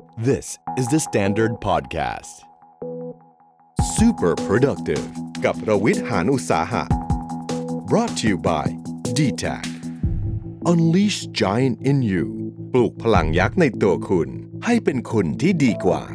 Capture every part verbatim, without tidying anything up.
This is the Standard Podcast. Super productive กับรวิทย์ หาญอุตสาหะ brought to you by ดี แท็ก Unleash Giant in You ปลูกพลังยักษ์ในตัวคุณให้เป็นคุณที่ดีกว่า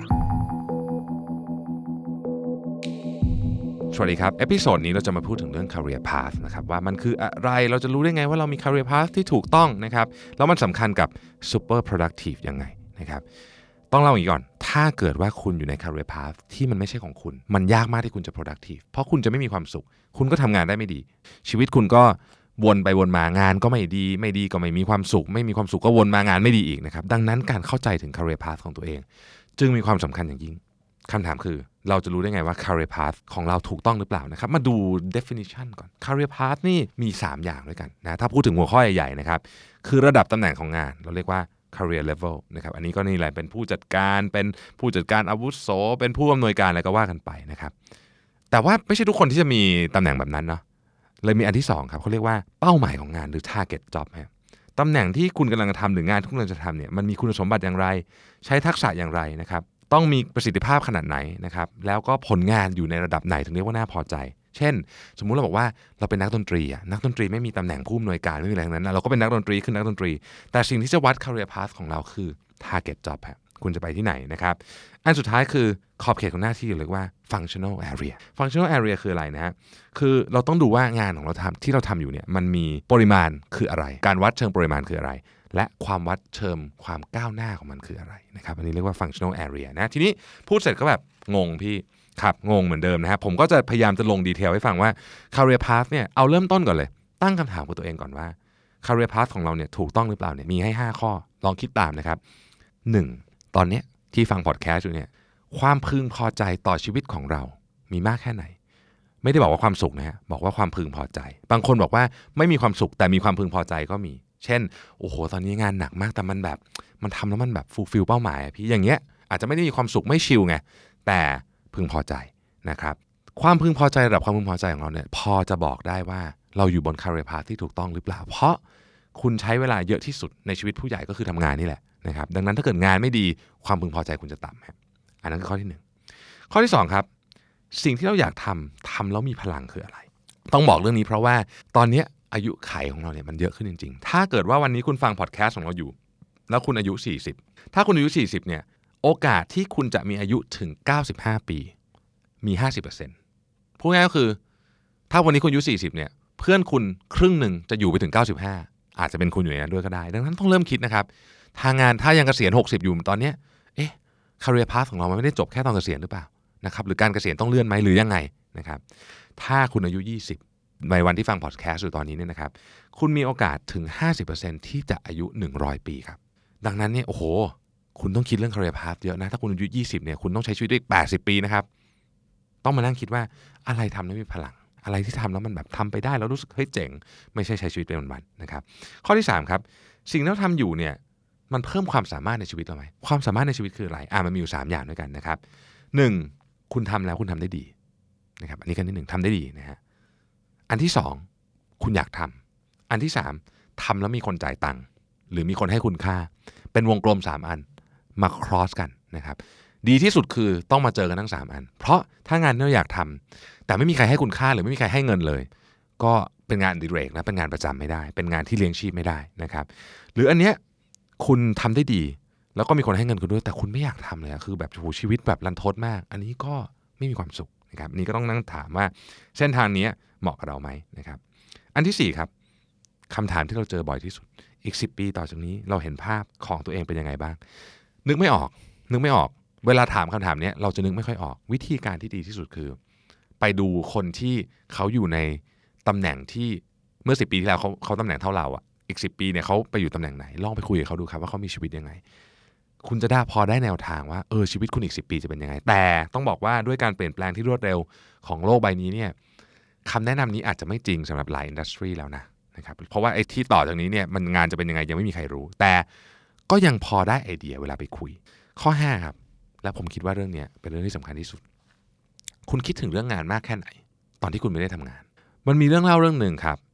สวัสดีครับเอพิโซดนี้เราจะมาพูดถึงเรื่อง career path นะครับว่ามันคืออะไรเราจะรู้ได้ไงว่าเรามี career path ที่ถูกต้องนะครับแล้วมันสำคัญกับ super productive ยังไงนะครับต้องเล่าอย่างนี้ก่อนถ้าเกิดว่าคุณอยู่ใน career path ที่มันไม่ใช่ของคุณมันยากมากที่คุณจะ productive เพราะคุณจะไม่มีความสุขคุณก็ทำงานได้ไม่ดีชีวิตคุณก็วนไปวนมางานก็ไม่ดีไม่ดีก็ไม่มีความสุขไม่มีความสุขก็วนมางานไม่ดีอีกนะครับดังนั้นการเข้าใจถึง career path ของตัวเองจึงมีความสำคัญอย่างยิ่งคำถามคือเราจะรู้ได้ไงว่า career path ของเราถูกต้องหรือเปล่านะครับมาดู definition ก่อน career path นี่มีสามอย่างด้วยกันนะถ้าพูดถึงหัวข้อใหญ่ๆนะครับคือระดับตำแหน่งของงานเราเรียกว่า career level นะครับอันนี้ก็นี่แหละเป็นผู้จัดการเป็นผู้จัดการอาวุโสเป็นผู้อำนวยการอะไรก็ว่ากันไปนะครับแต่ว่าไม่ใช่ทุกคนที่จะมีตำแหน่งแบบนั้นเนาะเลยมีอันที่สองครับเขาเรียกว่าเป้าหมายของงานหรือ target job ครับตำแหน่งที่คุณกำลังทำหรืองานที่คุณกำลังจะทำเนี่ยมันมีคุณสมบัติอย่างไรใช้ทักษะอย่างไรนะครับต้องมีประสิทธิภาพขนาดไหนนะครับแล้วก็ผลงานอยู่ในระดับไหนถึงเรียกว่าน่าพอใจเช่นสมมุติเราบอกว่าเราเป็นนักดนตรีอ่ะนักดนตรีไม่มีตำแหน่งผู้อำนวยการไม่มีอะไรทั้งนั้นนะเราก็เป็นนักดนตรีขึ้นนักดนตรีแต่สิ่งที่จะวัด career path ของเราคือ target job ครับคุณจะไปที่ไหนนะครับอันสุดท้ายคือขอบเขตของหน้าที่เรียกว่า functional area functional area คืออะไรนะฮะคือเราต้องดูว่างานของเราทำที่เราทำอยู่เนี่ยมันมีปริมาณคืออะไรการวัดเชิงปริมาณคืออะไรและความวัดเชิงความก้าวหน้าของมันคืออะไรนะครับอันนี้เรียกว่า functional area นะทีนี้พูดเสร็จก็แบบงงพี่ครับงงเหมือนเดิมนะครับผมก็จะพยายามจะลงดีเทลให้ฟังว่า career path เนี่ยเอาเริ่มต้นก่อนเลยตั้งคำถามกับตัวเองก่อนว่า career path ของเราเนี่ยถูกต้องหรือเปล่าเนี่ยมีให้ห้าข้อลองคิดตามนะครับหนึ่งตอนนี้ที่ฟังพอดแคสต์อยู่เนี่ยความพึงพอใจต่อชีวิตของเรามีมากแค่ไหนไม่ได้บอกว่าความสุขนะฮะบอกว่าความพึงพอใจบางคนบอกว่าไม่มีความสุขแต่มีความพึงพอใจก็มีเช่นโอ้โหตอนนี้งานหนักมากแต่มันแบบมันทำแล้วมันแบบฟูลฟิลเป้าหมายพี่อย่างเงี้ยอาจจะไม่ได้มีความสุขไม่ชิลไงแต่พึงพอใจนะครับความพึงพอใจระดับความพึงพอใจของเราเนี่ยพอจะบอกได้ว่าเราอยู่บน career path ที่ถูกต้องหรือเปล่าเพราะคุณใช้เวลาเยอะที่สุดในชีวิตผู้ใหญ่ก็คือทำงานนี่แหละนะครับดังนั้นถ้าเกิดงานไม่ดีความพึงพอใจคุณจะต่ำครับอันนั้นคือข้อที่หนึ่งข้อที่สองครับสิ่งที่เราอยากทำทำแล้วมีพลังคืออะไรต้องบอกเรื่องนี้เพราะว่าตอนนี้อายุขัยของเราเนี่ยมันเยอะขึ้นจริงๆถ้าเกิดว่าวันนี้คุณฟังพอดแคสต์ของเราอยู่แล้วคุณอายุสี่สิบถ้าคุณอายุสี่สิบเนี่ยโอกาสที่คุณจะมีอายุถึงเก้าสิบห้าปีมี ห้าสิบเปอร์เซ็นต์ พูดง่ายก็คือถ้าวันนี้คุณอายุสี่สิบเนี่ยเพื่อนคุณครึ่งนึงจะอยู่ไปถึงเก้าสิบห้าอาจจะเป็นคุณอยู่ในนั้นด้วยก็ได้ดังนั้นต้องเริ่มคิดนะครับทางงานถ้ายังเกษียณหกสิบอยู่ตอนนี้เอ๊ะ career path ของเรามันไม่ได้จบแค่ตอนเกษียณหรือเปล่านะครับหรือการเกษียณต้องเลื่อนไหมหรือยังไงนะครับถ้าคุณอายุยี่สิบในวันที่ฟังพอดแคสต์อยู่ตอนนี้เนี่ยนะครับคุณมีโอกาสถึง ห้าสิบเปอร์เซ็นต์ ที่จะอายุหนึ่งร้อยปีครับดังนั้นเนี่ยโอ้โหคุณต้องคิดเรื่อง career path เยอะนะถ้าคุณอายุยี่สิบเนี่ยคุณต้องใช้ชีวิตได้อีกแปดสิบปีนะครับต้องมานั่งคิดว่าอะไรทำแล้วมีพลังอะไรที่ทำแล้วมันแบบทำไปได้แล้วรู้สึกเฮ้ยเจ๋งไม่ใช่ใช้ชีวิตเป็นวันๆนะครับข้อที่สามครับสิ่งที่เราทำอยู่เนี่ยมันเพิ่มความสามารถในชีวิตเราไหมความสามารถในชีวิตคืออะไรอ่ะมันมีอยู่สามอย่างด้วยกันนะครับหนึ่งคุณทำแล้วคุณทำได้ดีนะครับอันนี้ขั้นที่หนึ่งทำได้ดีนะฮะอันที่สองคุณอยากทำอันที่สามทำแล้วมีคนจ่ายตังค์หรือมีคนให้คุณค่าเป็นวงกลมสามอันมา cross กันนะครับดีที่สุดคือต้องมาเจอกันทั้งสามอันเพราะถ้างานที่เราอยากทำแต่ไม่มีใครให้คุณค่าหรือไม่มีใครให้เงินเลยก็เป็นงานอดิเรกนะเป็นงานประจำไม่ได้เป็นงานที่เลี้ยงชีพไม่ได้นะครับหรืออันเนี้ยคุณทำได้ดีแล้วก็มีคนให้เงินคุณด้วยแต่คุณไม่อยากทำเลยคือแบบโหชีวิตแบบรันทดมากอันนี้ก็ไม่มีความสุขนะครับอันนี้ก็ต้องนั่งถามว่าเส้นทางนี้เหมาะกับเราไหมนะครับอันที่สี่ครับคำถามที่เราเจอบ่อยที่สุดอีกสิบปีต่อจากนี้เราเห็นภาพของตัวเองเป็นยังไงบ้างนึกไม่ออกนึกไม่ออกเวลาถามคำถามนี้เราจะนึกไม่ค่อยออกวิธีการที่ดีที่สุดคือไปดูคนที่เขาอยู่ในตำแหน่งที่เมื่อสิบปีที่แล้วเขาเขาตำแหน่งเท่าเราอะอีกสิบปีเนี่ยเขาไปอยู่ตำแหน่งไหนลองไปคุยกับเขาดูครับว่าเขามีชีวิตยังไงคุณจะได้พอได้แนวทางว่าเออชีวิตคุณอีกสิบปีจะเป็นยังไงแต่ต้องบอกว่าด้วยการเปลี่ยนแปลงที่รวดเร็วของโลกใบนี้เนี่ยคำแนะนำนี้อาจจะไม่จริงสำหรับหลายอินดัสทรีแล้วนะนะครับเพราะว่าไอ้ที่ต่อจากนี้เนี่ยมันงานจะเป็นยังไงยังไม่มีใครรู้แต่ก็ยังพอได้ไอเดียเวลาไปคุยข้อห้าครับและผมคิดว่าเรื่องนี้เป็นเรื่องที่สำคัญที่สุดคุณคิดถึงเรื่องงานมากแค่ไหนตอนที่คุณไม่ได้ทำงานมันมีเรื่องเล่าเรื่องหนึ่งครับ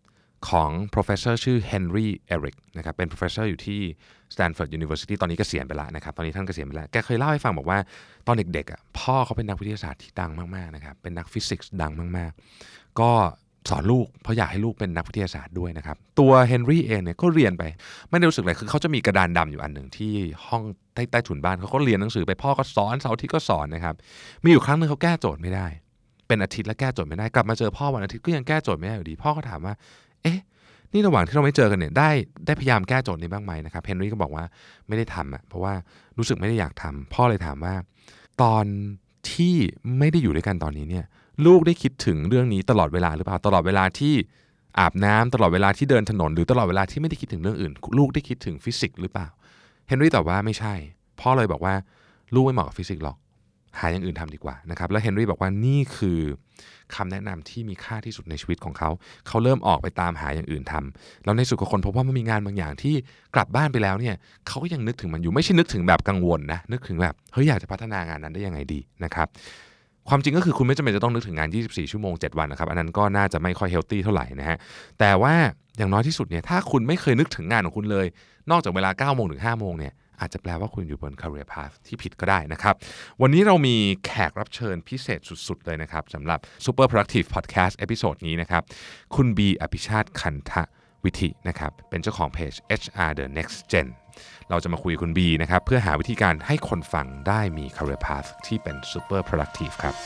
ของ professor ชื่อ Henry Eric นะครับเป็น professor อยู่ที่ Stanford University ตอนนี้เกษียณไปแล้วนะครับตอนนี้ท่านเกษียณไปแล้วแกเคยเล่าให้ฟังบอกว่าตอนเด็กๆอ่ะพ่อเขาเป็นนักวิทยาศาสตร์ที่ดังมากๆนะครับเป็นนักฟิสิกส์ดังมากๆก็สอนลูกเพราะอยากให้ลูกเป็นนักวิทยาศาสตร์ด้วยนะครับตัวเฮนรี่เองเนี่ยก็เรียนไปไม่ได้รู้สึกอะไรคือเขาจะมีกระดานดำอยู่อันหนึ่งที่ห้องใต้ใต้ถุนบ้านเขาก็เรียนหนังสือไปพ่อก็สอนเสาร์อาทิตย์ก็สอนนะครับมีอยู่ครั้งนึงเขาแก้โจทย์ไม่ได้เป็นอาทิตย์แล้วแก้โจทย์ไม่ได้กลับมาเจอพ่อวันอาทิตย์ก็ยังแก้โจทย์ไม่ได้อยู่ดีพ่อก็ถามว่าเอ๊ะนี่ระหว่างที่เราไม่เจอกันเนี่ยได้ได้พยายามแก้โจทย์นี้บ้างไหมนะครับเฮนรี่ก็บอกว่าไม่ได้ทำอ่ะเพราะว่ารู้สึกไม่ได้อยากทำพ่อเลยถามว่าตอนที่ไม่ได้อยู่ด้วยกันตอนนี้เนี่ยลูกได้คิดถึงเรื่องนี้ตลอดเวลาหรือเปล่าตลอดเวลาที่อาบน้ำตลอดเวลาที่เดินถนนหรือตลอดเวลาที่ไม่ได้คิดถึงเรื่องอื่นลูกได้คิดถึงฟิสิกส์หรือเปล่าเฮนรี่ตอบว่าไม่ใช่พ่อเลยบอกว่าลูกไม่เหมาะกับฟิสิกส์หรอกหาอย่างอื่นทำดีกว่านะครับแล้วเฮนรี่บอกว่านี่คือคำแนะนำที่มีค่าที่สุดในชีวิตของเขาเขาเริ่มออกไปตามหาอย่างอื่นทำแล้วในสุดก็คนพบว่ามันมีงานบางอย่างที่กลับบ้านไปแล้วเนี่ยเขาก็ยังนึกถึงมันอยู่ไม่ใช่นึกถึงแบบกังวลนะนึกถึงแบบเฮ้ยอยากจะพัฒนางานนั้นได้ยังไงดีนะครับความจริงก็คือคุณไม่จำเป็นจะต้องนึกถึงงานยี่สิบสี่ชั่วโมงเจ็ดวันนะครับอันนั้นก็น่าจะไม่ค่อยเฮลตี้เท่าไหร่นะฮะแต่ว่าอย่างน้อยที่สุดเนี่ยถ้าคุณไม่เคยนึกถึงงานของคุณเลยนอกจากเวลาเก้าโมงถึงห้าโมงเนี่ยอาจจะแปลว่าคุณอยู่บน career path ที่ผิดก็ได้นะครับวันนี้เรามีแขกรับเชิญพิเศษสุดๆเลยนะครับสำหรับ Super Productive Podcast เอพิโซดนี้นะครับคุณบีอภิชาติคันทวิธีนะครับเป็นเจ้าของเพจ เอช อาร์ The Next Gen เราจะมาคุยกับคุณบีนะครับเพื่อหาวิธีการให้คนฟังได้มี career path ที่เป็น super productive ครับ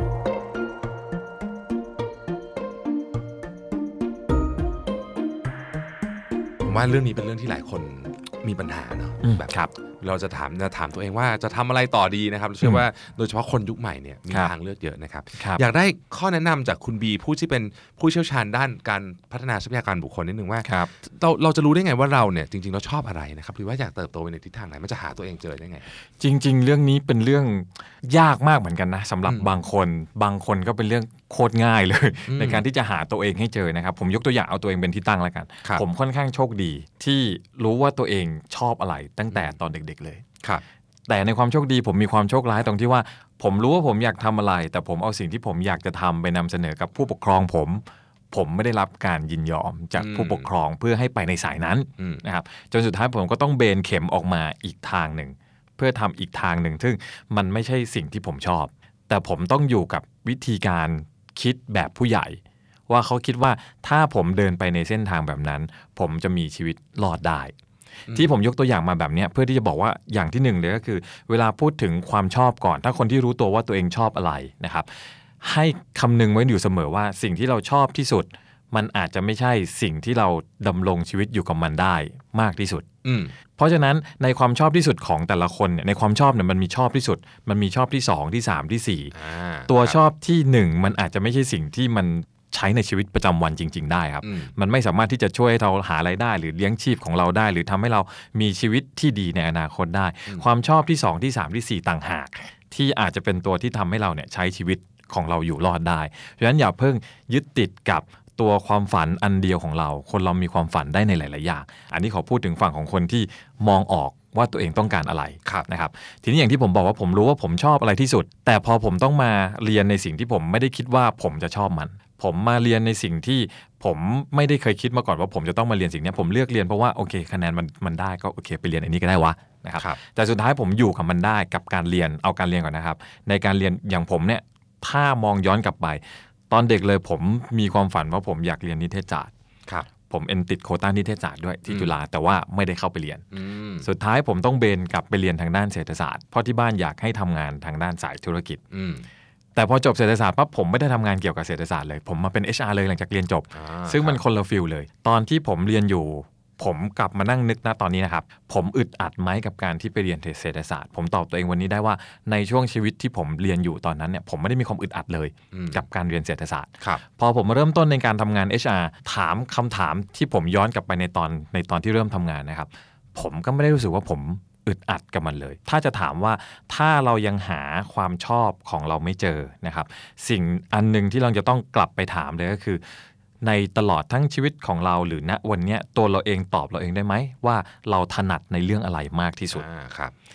ผมว่าเรื่องนี้เป็นเรื่องที่หลายคนมีปัญหาเนาะแบบครับเราจะถามจะถามตัวเองว่าจะทำอะไรต่อดีนะครับเชื่อว่าโดยเฉพาะคนยุคใหม่เนี่ยมีทางเลือกเยอะนะครับอยากได้ข้อแนะนำจากคุณบีผู้ที่เป็นผู้เชี่ยวชาญด้านการพัฒนาทรัพยากรบุคคลนิดนึงว่าเราเราจะรู้ได้ไงว่าเราเนี่ยจริงๆเราชอบอะไรนะครับหรือว่าอยากเติบโตไปในทิศทางไหนมันจะหาตัวเองเจอได้ไงจริงๆเรื่องนี้เป็นเรื่องยากมากเหมือนกันนะสำหรับบางคนบางคนก็เป็นเรื่องโคตรง่ายเลยในการที่จะหาตัวเองให้เจอนะครับผมยกตัวอย่างเอาตัวเองเป็นที่ตั้งแล้วกันผมค่อนข้างโชคดีที่รู้ว่าตัวเองชอบอะไรตั้งแต่ตอนเด็กๆเลยแต่ในความโชคดีผมมีความโชคร้ายตรงที่ว่าผมรู้ว่าผมอยากทำอะไรแต่ผมเอาสิ่งที่ผมอยากจะทำไปนำเสนอกับผู้ปกครองผมผมไม่ได้รับการยินยอมจากผู้ปกครองเพื่อให้ไปในสายนั้นนะครับจนสุดท้ายผมก็ต้องเบนเข็มออกมาอีกทางหนึ่งเพื่อทำอีกทางหนึ่งซึ่งมันไม่ใช่สิ่งที่ผมชอบแต่ผมต้องอยู่กับวิธีการคิดแบบผู้ใหญ่ว่าเขาคิดว่าถ้าผมเดินไปในเส้นทางแบบนั้นผมจะมีชีวิตรอดได้ที่ผมยกตัวอย่างมาแบบนี้เพื่อที่จะบอกว่าอย่างที่หนึ่งเลยก็คือเวลาพูดถึงความชอบก่อนถ้าคนที่รู้ตัวว่าตัวเองชอบอะไรนะครับให้คำนึงไว้อยู่เสมอว่าสิ่งที่เราชอบที่สุดมันอาจจะไม่ใช่สิ่งที่เราดำรงชีวิตอยู่กับมันได้มากที่สุดเพราะฉะนั้นในความชอบที่สุดของแต่ละคนเนี่ยในความชอบเนี่ยมันมีชอบที่สุดมันมีชอบที่สองที่สามที่สี่ตัวชอบที่หนึ่งมันอาจจะไม่ใช่สิ่งที่มันใช้ในชีวิตประจำวันจริงๆได้ครับมันไม่สามารถที่จะช่วยให้เราหารายได้หรือเลี้ยงชีพของเราได้หรือทำให้เรามีชีวิตที่ดีในอนาคตได้ความชอบที่สองที่สามที่สี่ต่างหากที่อาจจะเป็นตัวที่ทำให้เราเนี่ยใช้ชีวิตของเราอยู่รอดได้เพราะฉะนั้นอย่าเพิ่งยึดติดกับตัวความฝันอันเดียวของเราคนเรามีความฝันได้ในหลายๆอย่างอันนี้ขอพูดถึงฝั่งของคนที่มองออกว่าตัวเองต้องการอะไรนะครับทีนี้อย่างที่ผมบอกว่าผมรู้ว่าผมชอบอะไรที่สุดแต่พอผมต้องมาเรียนในสิ่งที่ผมไม่ได้คิดว่าผมจะชอบมันผมมาเรียนในสิ่งที่ผมไม่ได้เคยคิดมาก่อนว่าผมจะต้องมาเรียนสิ่งนี้ผมเลือกเรียนเพราะว่าโอเคคะแนนมันมันได้ก็โอเคไปเรียนอันนี้ก็ได้วะนะครับแต่สุดท้ายผมอยู่กับมันได้กับการเรียนเอาการเรียนก่อนนะครับในการเรียนอย่างผมเนี่ยถ้ามองย้อนกลับไปตอนเด็กเลยผมมีความฝันว่าผมอยากเรียนนิเทศศาสตร์ผมเอ็นติดโควต้านิเทศศาสตร์ด้วยที่จุฬาแต่ว่าไม่ได้เข้าไปเรียนสุดท้ายผมต้องเบนกลับไปเรียนทางด้านเศรษฐศาสตร์เพราะที่บ้านอยากให้ทำงานทางด้านสายธุรกิจแต่พอจบเศรษฐศาสตร์ปั๊บผมไม่ได้ทำงานเกี่ยวกับเศรษฐศาสตร์เลยผมมาเป็น เอช อาร์ เลยหลังจากเรียนจบซึ่งมันคนละฟิลเลยตอนที่ผมเรียนอยู่ผมกลับมานั่งนึกนะตอนนี้นะครับผมอึดอัดไหมกับการที่ไปเรียนเศรษฐศาสตร์ผมตอบตัวเองวันนี้ได้ว่าในช่วงชีวิตที่ผมเรียนอยู่ตอนนั้นเนี่ยผมไม่ได้มีความอึดอัดเลยกับการเรียนเศรษฐศาสตร์พอผมมาเริ่มต้นในการทำงาน เอช อาร์ ถามคำถามที่ผมย้อนกลับไปในตอนในตอนที่เริ่มทำงานนะครับผมก็ไม่ได้รู้สึกว่าผมอึดอัดกับมันเลยถ้าจะถามว่าถ้าเรายังหาความชอบของเราไม่เจอนะครับสิ่งอันนึงที่เราจะต้องกลับไปถามเลยก็คือในตลอดทั้งชีวิตของเราหรือณวันนี้ตัวเราเองตอบเราเองได้ไหมว่าเราถนัดในเรื่องอะไรมากที่สุดครับ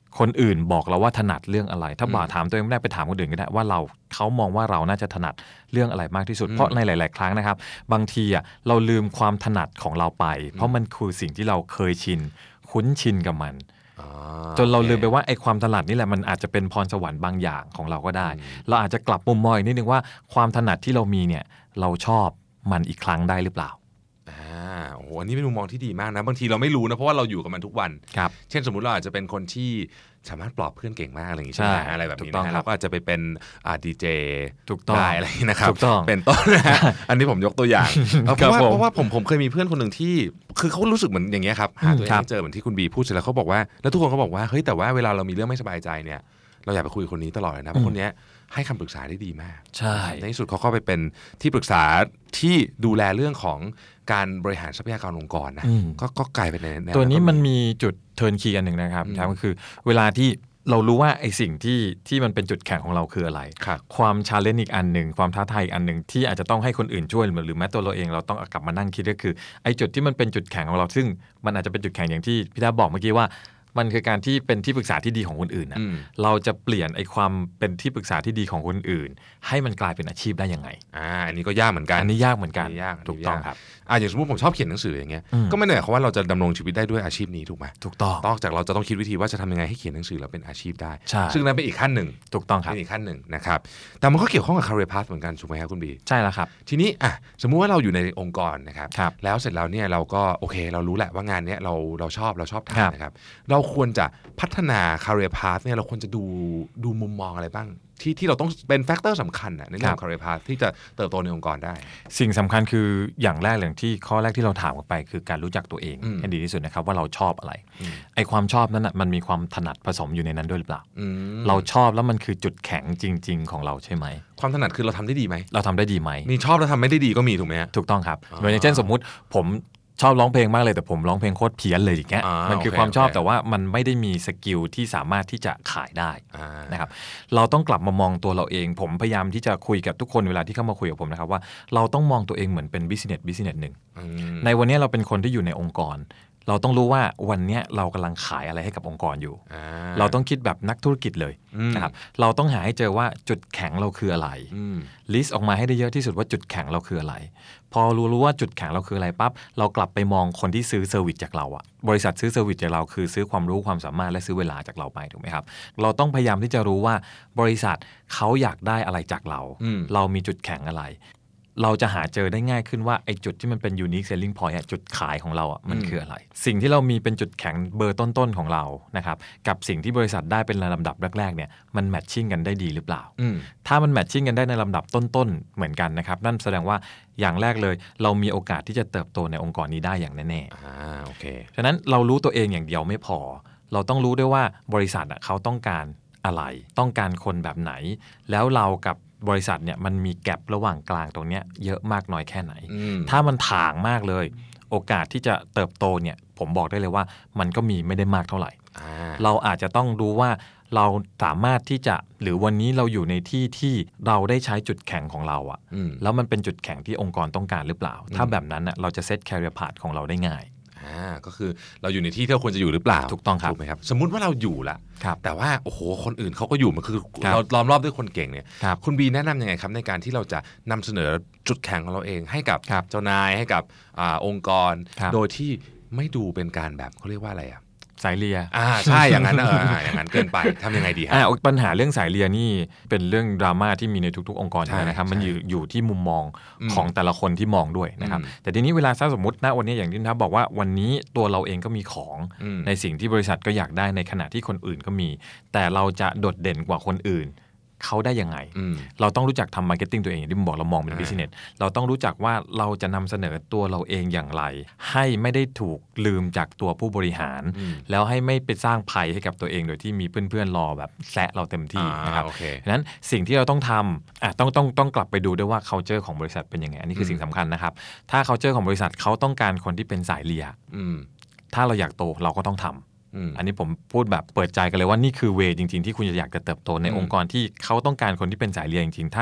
คนอื่นบอกเราว่าถนัดเรื่องอะไรถ้าบ่าถามตัวเองไม่ได้ไปถามคนอื่นก็ได้ว่าเราเขามองว่าเราน่าจะถนัดเรื่องอะไรมากที่สุดเพราะในหลายๆครั้งนะครับบางทีอ่ะเราลืมความถนัดของเราไปเพราะมันคือสิ่งที่เราเคยชินคุ้นชินกับมันจนเราลืมไปว่าไอ้ความถนัดนี่แหละมันอาจจะเป็นพรสวรรค์บางอย่างของเราก็ได้เราอาจจะกลับมุมมองอีกนิดนึงว่าความถนัดที่เรามีเนี่ยเราชอบมันอีกครั้งได้หรือเปล่าอ่าโอ้โหอันนี้เป็นมุมมองที่ดีมากนะบางทีเราไม่รู้นะเพราะว่าเราอยู่กับมันทุกวันครับเช่นสมมุติเราอาจจะเป็นคนที่สามารถปลอบเพื่อนเก่งมากอะไรอย่างงี้ใช่ไหมอะไรแบบนี้นะเราก็อาจจะไปเป็นอ่าดีเจได้อะไรนะครับเป็นต้นนะฮะอันนี้ผมยกตัวอย่างเพราะว่าเพราะว่าผมผมเคยมีเพื่อนคนหนึ่งที่คือเขารู้สึกเหมือนอย่างเงี้ยครับหาตัวเองไม่เจอเหมือนที่คุณบีพูดเสร็จแล้วเขาบอกว่าแล้วทุกคนเขาบอกว่าเฮ้ยแต่ว่าเวลาเรามีเรื่องไม่สบายใจเนี่ยเราอยากไปคุยกับคนนี้ตลอดเลยนะเพราะคนนี้ให้คำปรึกษาได้ดีมากใช่ในที่สุดเขาก็ไปเป็นที่ปรึกษาที่ดูแลเรื่องของการบริหารทรัพยากรองค์กรนะก็ก็กลายเป็นในตัวนี้มันมีจุดเทิร์นคีย์อันหนึ่งนะครับก็คือเวลาที่เรารู้ว่าไอ้สิ่งที่ที่มันเป็นจุดแข็งของเราคืออะไรความชาเลนจ์อีกอันหนึ่งความท้าทายอีกอันหนึ่งที่อาจจะต้องให้คนอื่นช่วยหรือแม้ตัวเราเองเราต้องกลับมานั่งคิดก็คือไอ้จุดที่มันเป็นจุดแข็งของเราซึ่งมันอาจจะเป็นจุดแข็งอย่างที่พี่ดาบอกเมื่อกี้ว่ามันคือการที่เป็นที่ปรึกษาที่ดีของคนอื่นนะเราจะเปลี่ยนไอ้ความเป็นที่ปรึกษาที่ดีของคนอื่นให้มันกลายเป็นอาชีพได้ยังไงอ่าอันนี้ก็ยากเหมือนกันอันนี้ยากเหมือนกันถูกต้องครับอ่าอย่างสมมติผมชอบเขียนหนังสืออย่างเงี้ยก็ไม่ได้หมายความว่าเราจะดำรงชีวิตได้ด้วยอาชีพนี้ถูกไหมถูกต้องนอกจากเราจะต้องคิดวิธีว่าจะทำยังไงให้เขียนหนังสือแล้วเป็นอาชีพได้ซึ่งนั้นเป็นอีกขั้นหนึ่งถูกต้องครับเป็นอีกขั้นหนึ่งนะครับแต่มันก็เกี่ยวข้องกับ career path เหมือนกันถูกไหมครับคุณบีใช่แล้วครับทีนี้อ่ะสมมุติว่าเราอยู่ในองค์กรนะครับแล้วเสร็จแล้วเนี่ยเราก็โอเคเรารู้แหละว่างานนี้เราเราชอบเราชอบทำนะครับเราควรจะพัฒนา career path เนี่ยเราควรจะดูดูมุมมองอะไรบ้างที่ที่เราต้องเป็นแฟกเตอร์สำคัญในเรื่องของ career path ที่จะเติบโตในองค์กรได้สิ่งสำคัญคืออย่างแรกอย่างที่ข้อแรกที่เราถามกันไปคือการรู้จักตัวเองให้ดีที่สุดนะครับว่าเราชอบอะไรไอ้ความชอบนั้นมันมีความถนัดผสมอยู่ในนั้นด้วยหรือเปล่าเราชอบแล้วมันคือจุดแข็งจริงๆของเราใช่ไหมความถนัดคือเราทำได้ดีไหมเราทำได้ดีไหมมีชอบแล้วทำไม่ได้ดีก็มีถูกไหมถูกต้องครับโดยอย่างเช่นสมมุติผมชอบร้องเพลงมากเลยแต่ผมร้องเพลงโคตรเพี้ยนเลยอย่างเงี้ยมันคือความชอบแต่ว่ามันไม่ได้มีสกิลที่สามารถที่จะขายได้นะครับเราต้องกลับมามองตัวเราเองผมพยายามที่จะคุยกับทุกคนเวลาที่เข้ามาคุยกับผมนะครับว่าเราต้องมองตัวเองเหมือนเป็นบิสเนสบิสเนสหนึ่งในวันนี้เราเป็นคนที่อยู่ในองค์กรเราต้องรู้ว่าวันนี้เรากำลังขายอะไรให้กับองค์กรอยู่เราต้องคิดแบบนักธุรกิจเลยนะครับเราต้องหาให้เจอว่าจุดแข็งเราคืออะไรลิสต์ออกมาให้ได้เยอะที่สุดว่าจุดแข็งเราคืออะไรพอรู้รู้ว่าจุดแข็งเราคืออะไรปั๊บเรากลับไปมองคนที่ซื้อเซอร์วิสจากเราอะบริษัทซื้อเซอร์วิสจากเราคือซื้อความรู้ความสามารถและซื้อเวลาจากเราไปถูกไหมครับเราต้องพยายามที่จะรู้ว่าบริษัทเขาอยากได้อะไรจากเราเรามีจุดแข็งอะไรเราจะหาเจอได้ง่ายขึ้นว่าไอ้จุดที่มันเป็น unique selling point จุดขายของเราอ่ะมันคืออะไรสิ่งที่เรามีเป็นจุดแข็งเบอร์ต้นๆของเรานะครับกับสิ่งที่บริษัทได้เป็นลำดับแรกๆเนี่ยมันแมทชิ่งกันได้ดีหรือเปล่าถ้ามันแมทชิ่งกันได้ในลำดับต้นๆเหมือนกันนะครับนั่นแสดงว่าอย่างแรกเลยเรามีโอกาสที่จะเติบโตในองค์กรนี้ได้อย่างแน่ๆอ่าโอเคฉะนั้นเรารู้ตัวเองอย่างเดียวไม่พอเราต้องรู้ด้วยว่าบริษัทอ่ะเขาต้องการอะไรต้องการคนแบบไหนแล้วเรากับบริษัทเนี่ยมันมีแกลบระหว่างกลางตรงนี้เยอะมากน้อยแค่ไหนถ้ามันถ่างมากเลยโอกาสที่จะเติบโตเนี่ยผมบอกได้เลยว่ามันก็มีไม่ได้มากเท่าไหร่เราอาจจะต้องรู้ว่าเราสามารถที่จะหรือวันนี้เราอยู่ในที่ที่เราได้ใช้จุดแข็งของเราอะแล้วมันเป็นจุดแข็งที่องค์กรต้องการหรือเปล่าถ้าแบบนั้นอะเราจะเซต career path ของเราได้ง่ายอ่าก็คือเราอยู่ในที่ที่เราควรจะอยู่หรือเปล่าถูกต้องครับถูกไหมครับสมมุติว่าเราอยู่ละแต่ว่าโอ้โหคนอื่นเขาก็อยู่มันคือเราล้อมรอบด้วยคนเก่งเนี่ยคุณบีแนะนำยังไงครับในการที่เราจะนำเสนอจุดแข็งของเราเองให้กับเจ้านายให้กับอ่าองค์กรโดยที่ไม่ดูเป็นการแบบเขาเรียกว่าอะไรอ่ะสายเลียอ่าใช่อย่างนั้นเอออย่างนั้นเกินไปทำยังไงดีฮะปัญหาเรื่องสายเลียนี่เป็นเรื่องดราม่าที่มีในทุกๆองค์กรนะครับมันอยู่อยู่ที่มุมมองของแต่ละคนที่มองด้วยนะครับแต่ทีนี้เวลาถ้าสมมติณวันนี้อย่างที่ท่านบอกว่าวันนี้ตัวเราเองก็มีของในสิ่งที่บริษัทก็อยากได้ในขณะที่คนอื่นก็มีแต่เราจะโดดเด่นกว่าคนอื่นเขาได้ยังไงเราต้องรู้จักทำมาร์เก็ตติ้งตัวเองอย่างที่ผมบอกเรามองเป็นบิสเนสเราต้องรู้จักว่าเราจะนำเสนอตัวเราเองอย่างไรให้ไม่ได้ถูกลืมจากตัวผู้บริหารแล้วให้ไม่ไปสร้างภัยให้กับตัวเองโดยที่มีเพื่อนๆรอแบบแซะเราเต็มที่นะครับฉะนั้นสิ่งที่เราต้องทำอ่ะต้องต้องต้องกลับไปดูด้วยว่า culture ของบริษัทเป็นยังไงอันนี้คือสิ่งสำคัญนะครับถ้า culture ของบริษัทเขาต้องการคนที่เป็นสายเลียถ้าเราอยากโตเราก็ต้องทำอันนี้ผมพูดแบบเปิดใจกันเลยว่านี่คือเวจริงๆที่คุณจะอยากจะเติบโตในองค์กรที่เขาต้องการคนที่เป็นสายเลียจริงๆถ้า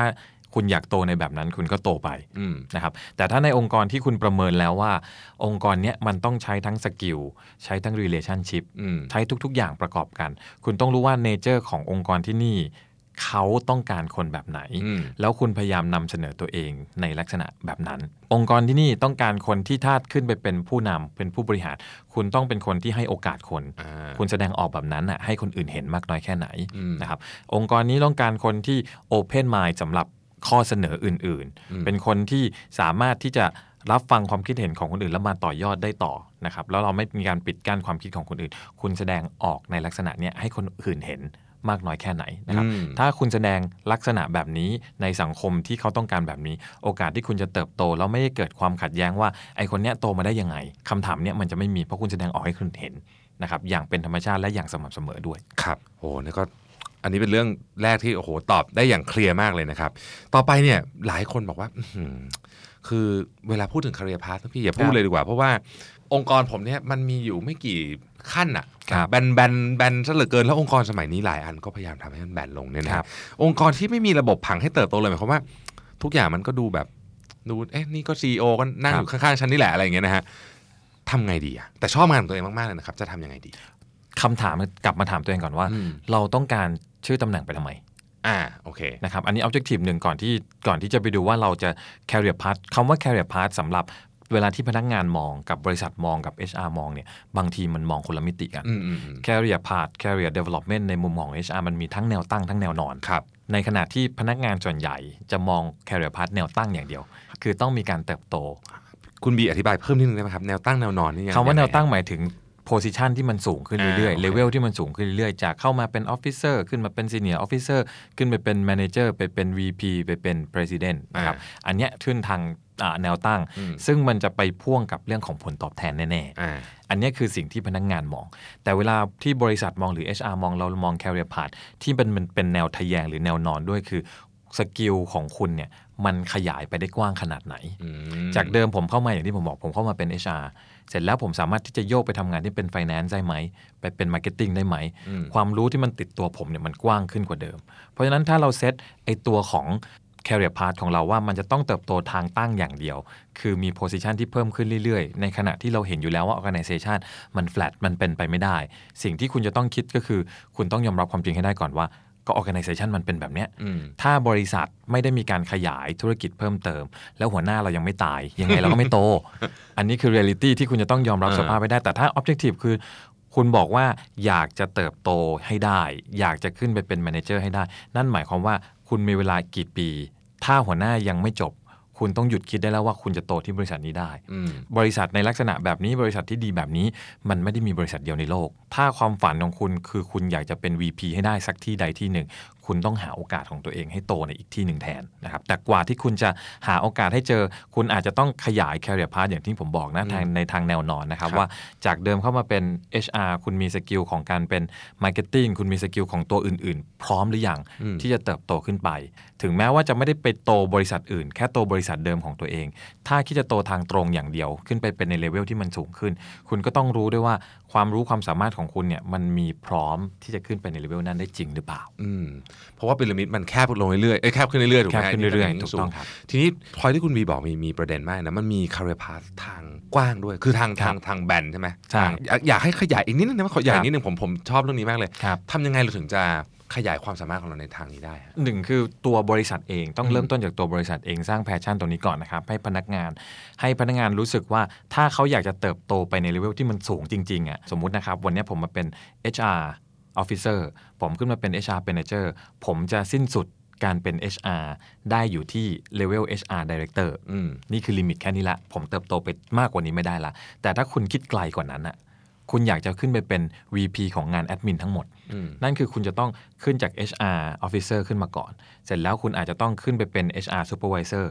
คุณอยากโตในแบบนั้นคุณก็โตไปนะครับแต่ถ้าในองค์กรที่คุณประเมินแล้วว่าองค์กรเนี้ยมันต้องใช้ทั้งสกิลใช้ทั้ง relationship ใช้ทุกๆอย่างประกอบกันคุณต้องรู้ว่าเนเจอร์ขององค์กรที่นี่เขาต้องการคนแบบไหนแล้วคุณพยายามนำเสนอตัวเองในลักษณะแบบนั้นองค์กรที่นี่ต้องการคนที่ถ้าขึ้นไปเป็นผู้นำเป็นผู้บริหารคุณต้องเป็นคนที่ให้โอกาสคนคุณแสดงออกแบบนั้นน่ะให้คนอื่นเห็นมากน้อยแค่ไหนนะครับองค์กรนี้ต้องการคนที่ open mind สำหรับข้อเสนออื่นๆเป็นคนที่สามารถที่จะรับฟังความคิดเห็นของคนอื่นแล้วมาต่อยอดได้ต่อนะครับแล้วเราไม่มีการปิดกั้นความคิดของคนอื่นคุณแสดงออกในลักษณะนี้ให้คนอื่นเห็นมากน้อยแค่ไหนนะครับถ้าคุณแสดงลักษณะแบบนี้ในสังคมที่เขาต้องการแบบนี้โอกาสที่คุณจะเติบโตแล้วไม่ได้เกิดความขัดแย้งว่าไอ้คนเนี้ยโตมาได้ยังไงคำถามเนี้ยมันจะไม่มีเพราะคุณแสดงออกให้คนเห็นนะครับอย่างเป็นธรรมชาติและอย่างสม่ำเสมอด้วยครับโอ้นี่ก็อันนี้เป็นเรื่องแรกที่โอ้โหตอบได้อย่างเคลียร์มากเลยนะครับต่อไปเนี่ยหลายคนบอกว่าคือเวลาพูดถึง career path พี่อย่าพูดเลยดีกว่าเพราะว่าองค์กรผมเนี่ยมันมีอยู่ไม่กี่ขั้นอะแบนแบนแบนซะเหลือเกินแล้วองค์กรสมัยนี้หลายอันก็พยายามทำให้มันแบนลงเนี่ยนะองค์กรที่ไม่มีระบบผังให้เติบโตเลยหมายความว่าทุกอย่างมันก็ดูแบบดูเอ๊ะนี่ก็ ซี อี โอ ก็นั่งอยู่ข้างๆฉันนี่แหละอะไรอย่างเงี้ยนะฮะทำไงดีอะแต่ชอบงานของตัวเองมากๆเลยนะครับจะทำยังไงดีคำถามกลับมาถามตัวเองก่อนว่าเราต้องการชื่อตำแหน่งไปทำไมอ่าโอเคนะครับอันนี้ objective หนึ่งก่อนที่ก่อนที่จะไปดูว่าเราจะ career path คำว่า career path สำหรับเวลาที่พนักงานมองกับบริษัทมองกับ เอช อาร์ มองเนี่ยบางทีมันมองคนละมิติกัน career path career development ในมุมมอง เอช อาร์ มันมีทั้งแนวตั้งทั้งแนวนอนครับในขณะที่พนักงานส่วนใหญ่จะมอง career path แนวตั้งอย่างเดียวคือต้องมีการเติบโตคุณบีอธิบายเพิ่มนิดนึงได้ไหมครับแนวตั้งแนวนอนนี่ยังไงคำว่าแนวตั้งหมายถึงposition ที่มันสูงขึ้นเรื่อยๆ level ที่มันสูงขึ้นเรื่อยๆจากเข้ามาเป็น officer ขึ้นมาเป็น senior officer ขึ้นไปเป็น manager ไปเป็น วี พี ไปเป็น president นะครับอันเนี้ยขึ้นทางแนวตั้งซึ่งมันจะไปพ่วงกับเรื่องของผลตอบแทนแน่ๆอันนี้คือสิ่งที่พนักงานมองแต่เวลาที่บริษัทมองหรือ เอช อาร์ มองเรามอง career path ที่มันเป็นแนวทะแยงหรือแนวนอนด้วยคือสกิลของคุณเนี่ยมันขยายไปได้กว้างขนาดไหนจากเดิมผมเข้ามาอย่างที่ผมบอกผมเข้ามาเป็น เอช อาร์ เสร็จแล้วผมสามารถที่จะโยกไปทำงานที่เป็น finance ได้ไหมไปเป็น marketing ได้ไหมความรู้ที่มันติดตัวผมเนี่ยมันกว้างขึ้นกว่าเดิมเพราะฉะนั้นถ้าเราเซตไอตัวของ career path ของเราว่ามันจะต้องเติบโตทางตั้งอย่างเดียวคือมี position ที่เพิ่มขึ้นเรื่อยๆในขณะที่เราเห็นอยู่แล้วว่า organization มัน flat มันเป็นไปไม่ได้สิ่งที่คุณจะต้องคิดก็คือคุณต้องยอมรับความจริงให้ได้ก่อนว่าก็ organization มันเป็นแบบเนี้ยถ้าบริษัทไม่ได้มีการขยายธุรกิจเพิ่มเติมแล้วหัวหน้าเรายังไม่ตายยังไงเราก็ไม่โต อันนี้คือ reality ที่คุณจะต้องยอมรับสภาพไปได้แต่ถ้า objective คือคุณบอกว่าอยากจะเติบโตให้ได้อยากจะขึ้นไปเป็น manager ให้ได้นั่นหมายความว่าคุณมีเวลากี่ปีถ้าหัวหน้ายังไม่จบคุณต้องหยุดคิดได้แล้วว่าคุณจะโตที่บริษัทนี้ได้บริษัทในลักษณะแบบนี้บริษัทที่ดีแบบนี้มันไม่ได้มีบริษัทเดียวในโลกถ้าความฝันของคุณคือคุณอยากจะเป็น วี พี ให้ได้สักที่ใดที่หนึ่งคุณต้องหาโอกาสของตัวเองให้โตในอีกที่หนึ่งแทนนะครับแต่กว่าที่คุณจะหาโอกาสให้เจอคุณอาจจะต้องขยาย career path อย่างที่ผมบอกนะทางในทางแนวนอนนะครับว่าจากเดิมเข้ามาเป็น เอช อาร์ คุณมีสกิลของการเป็น marketing คุณมีสกิลของตัวอื่นๆพร้อมหรือยังที่จะเติบโตขึ้นไปถึงแม้ว่าจะไม่ได้ไปโตบริษัทอื่นแค่โตบริษัทเดิมของตัวเองถ้าคิดจะโตทางตรงอย่างเดียวขึ้นไปเป็นในเลเวลที่มันสูงขึ้นคุณก็ต้องรู้ด้วยว่าความรู้ความสามารถของคุณเนี่ยมันมีพร้อมที่จะขึ้นไปในเลเวลนั้นได้จริงหรือเปล่าอืมเพราะว่าพีระมิดมันแคบลงเรื่อยๆเอ้ยแคบขึ้นเรื่อยๆถูกไหมแคบขึ้นเรื่อยๆถูกต้องครับทีนี้พอยที่คุณบีบอกมีมีประเด็นมากนะมันมี career path ทางกว้างด้วยคือทางทางทางแบนใช่ไหมใช่อยากให้ขยายอีกนิดนึงนะขยายนิดนึงผมผมชอบเรื่องนี้มากเลยทำยังไงเราถึงจะขยายความสามารถของเราในทางนี้ได้หนึ่งคือตัวบริษัทเองต้องเริ่มต้นจากตัวบริษัทเองสร้างแพชชั่นตรงนี้ก่อนนะครับให้พนักงานให้พนักงานรู้สึกว่าถ้าเขาอยากจะเติบโตไปในเลเวลที่มันสูงจริงๆอ่ะสมมุตินะครับวันนี้ผมมาเป็น เอช อาร์ Officer ผมขึ้นมาเป็น เอช อาร์ Manager ผมจะสิ้นสุดการเป็น เอช อาร์ ได้อยู่ที่เลเวล เอช อาร์ Director นี่คือลิมิตแค่นี้ละผมเติบโตไปมากกว่านี้ไม่ได้ละแต่ถ้าคุณคิดไกลกว่านั้นอ่ะคุณอยากจะขึ้นไปเป็น วี พี ของงานแอดมินทั้งหมดนั่นคือคุณจะต้องขึ้นจาก เอช อาร์ Officer ขึ้นมาก่อนเสร็จแล้วคุณอาจจะต้องขึ้นไปเป็น เอช อาร์ Supervisor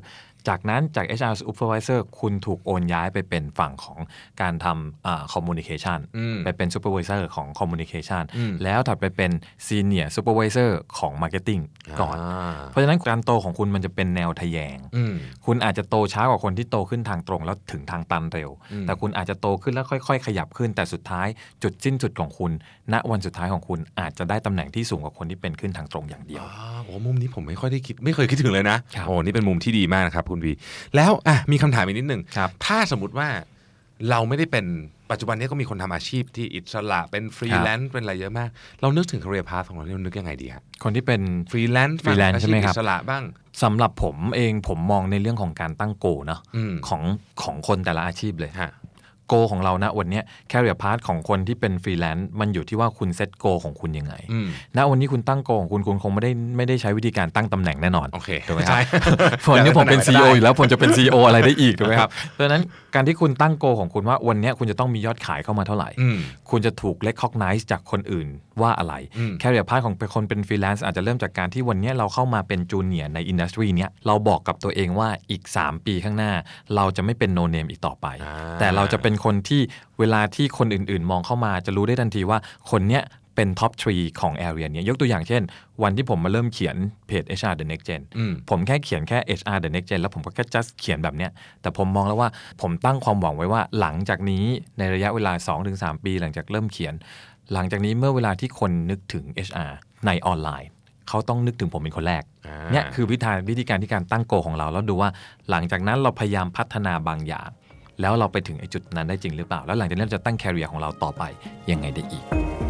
จากนั้นจาก เอช อาร์ Supervisor คุณถูกโอนย้ายไปเป็นฝั่งของการทำอ่า communication ไปเป็น Supervisor ของ communication แล้วถัดไปเป็น Senior Supervisor ของ Marketing ก่อนเพราะฉะนั้นการโตของคุณมันจะเป็นแนวทะแยงคุณอาจจะโตช้ากว่าคนที่โตขึ้นทางตรงแล้วถึงทางตันเร็วแต่คุณอาจจะโตขึ้นแล้วค่อยๆขยับขึ้นแต่สุดท้ายจุดสิ้นสุดของคุณณวันสุดท้ายของคุณอาจจะได้ตำแหน่งที่สูงกว่าคนที่เป็นขึ้นทางตรงอย่างเดียวโอ้มุมนี้ผมไม่ค่อยได้คิดไม่เคยคิดถึงเลยนะโอ้นี่เป็นมุมที่ดีมากนะครับคุณวีแล้วอ่ะมีคำถามอีกนิดนึงถ้าสมมติว่าเราไม่ได้เป็นปัจจุบันนี้ก็มีคนทำอาชีพที่อิสระเป็นฟรีแลนซ์เป็นอะไรเยอะมากเรานึกถึง career path ของเราเรานึกยังไงดีครับคนที่เป็นฟรีแลนซ์ฟรีแลนซ์ใช่ไหมครับอิสระบ้างสำหรับผมเองผมมองในเรื่องของการตั้งโกเนาะของของคนแต่ละอาชีพเลยโกของเรานะวันนี้ career path ของคนที่เป็นฟรีแลนซ์มันอยู่ที่ว่าคุณเซตโกของคุณยังไงณวันนี้คุณตั้งโกของคุณคุณคงไม่ได้ไม่ได้ใช้วิธีการตั้งตำแหน่งแน่นอนโอเคถูกไหมครับวันนี้ผมเป็น ซี อี โอ อยู่แล้วผมจะเป็น ซี อี โอ อะไรได้อีกถูกไหมครับเพราะฉะนั้นการที่คุณตั้งโกของคุณว่าวันนี้คุณจะต้องมียอดขายเข้ามาเท่าไหร่คุณจะถูก recognize จากคนอื่นว่าอะไร career path ของคนเป็นฟรีแลนซ์อาจจะเริ่มจากการที่วันนี้เราเข้ามาเป็นจูเนียร์ในอินดัสทรีเนี้ยเราบอกกับตัวเองว่าอีกสามปีข้างหน้าเราจะไม่เป็นโนเนมอีกต่อไปแต่เราจะเป็นคนที่เวลาที่คนอื่นๆมองเข้ามาจะรู้ได้ทันทีว่าคนเนี้ยเป็นท็อปทรีของ area นี้ยกตัวอย่างเช่นวันที่ผมมาเริ่มเขียนเพจ เอช อาร์ The Next Gen ผมแค่เขียนแค่ เอช อาร์ The Next Gen แล้วผมก็แค่ just เขียนแบบเนี้ยแต่ผมมองแล้วว่าผมตั้งความหวังไว้ว่าหลังจากนี้ในระยะเวลา สองถึงสาม ปีหลังจากเริ่มเขียนหลังจากนี้เมื่อเวลาที่คนนึกถึง เอช อาร์ ในออนไลน์เขาต้องนึกถึงผมเป็นคนแรกเนี่ยคือวิธีวิธีการที่การตั้งโกของเราแล้วดูว่าหลังจากนั้นเราพยายามพัฒนาบางอย่างแล้วเราไปถึงไอ้จุดนั้นได้จริงหรือเปล่าแล้วหลังจากนั้นเราจะตั้งแคริเอร์ของเราต่อไปยังไงได้อีก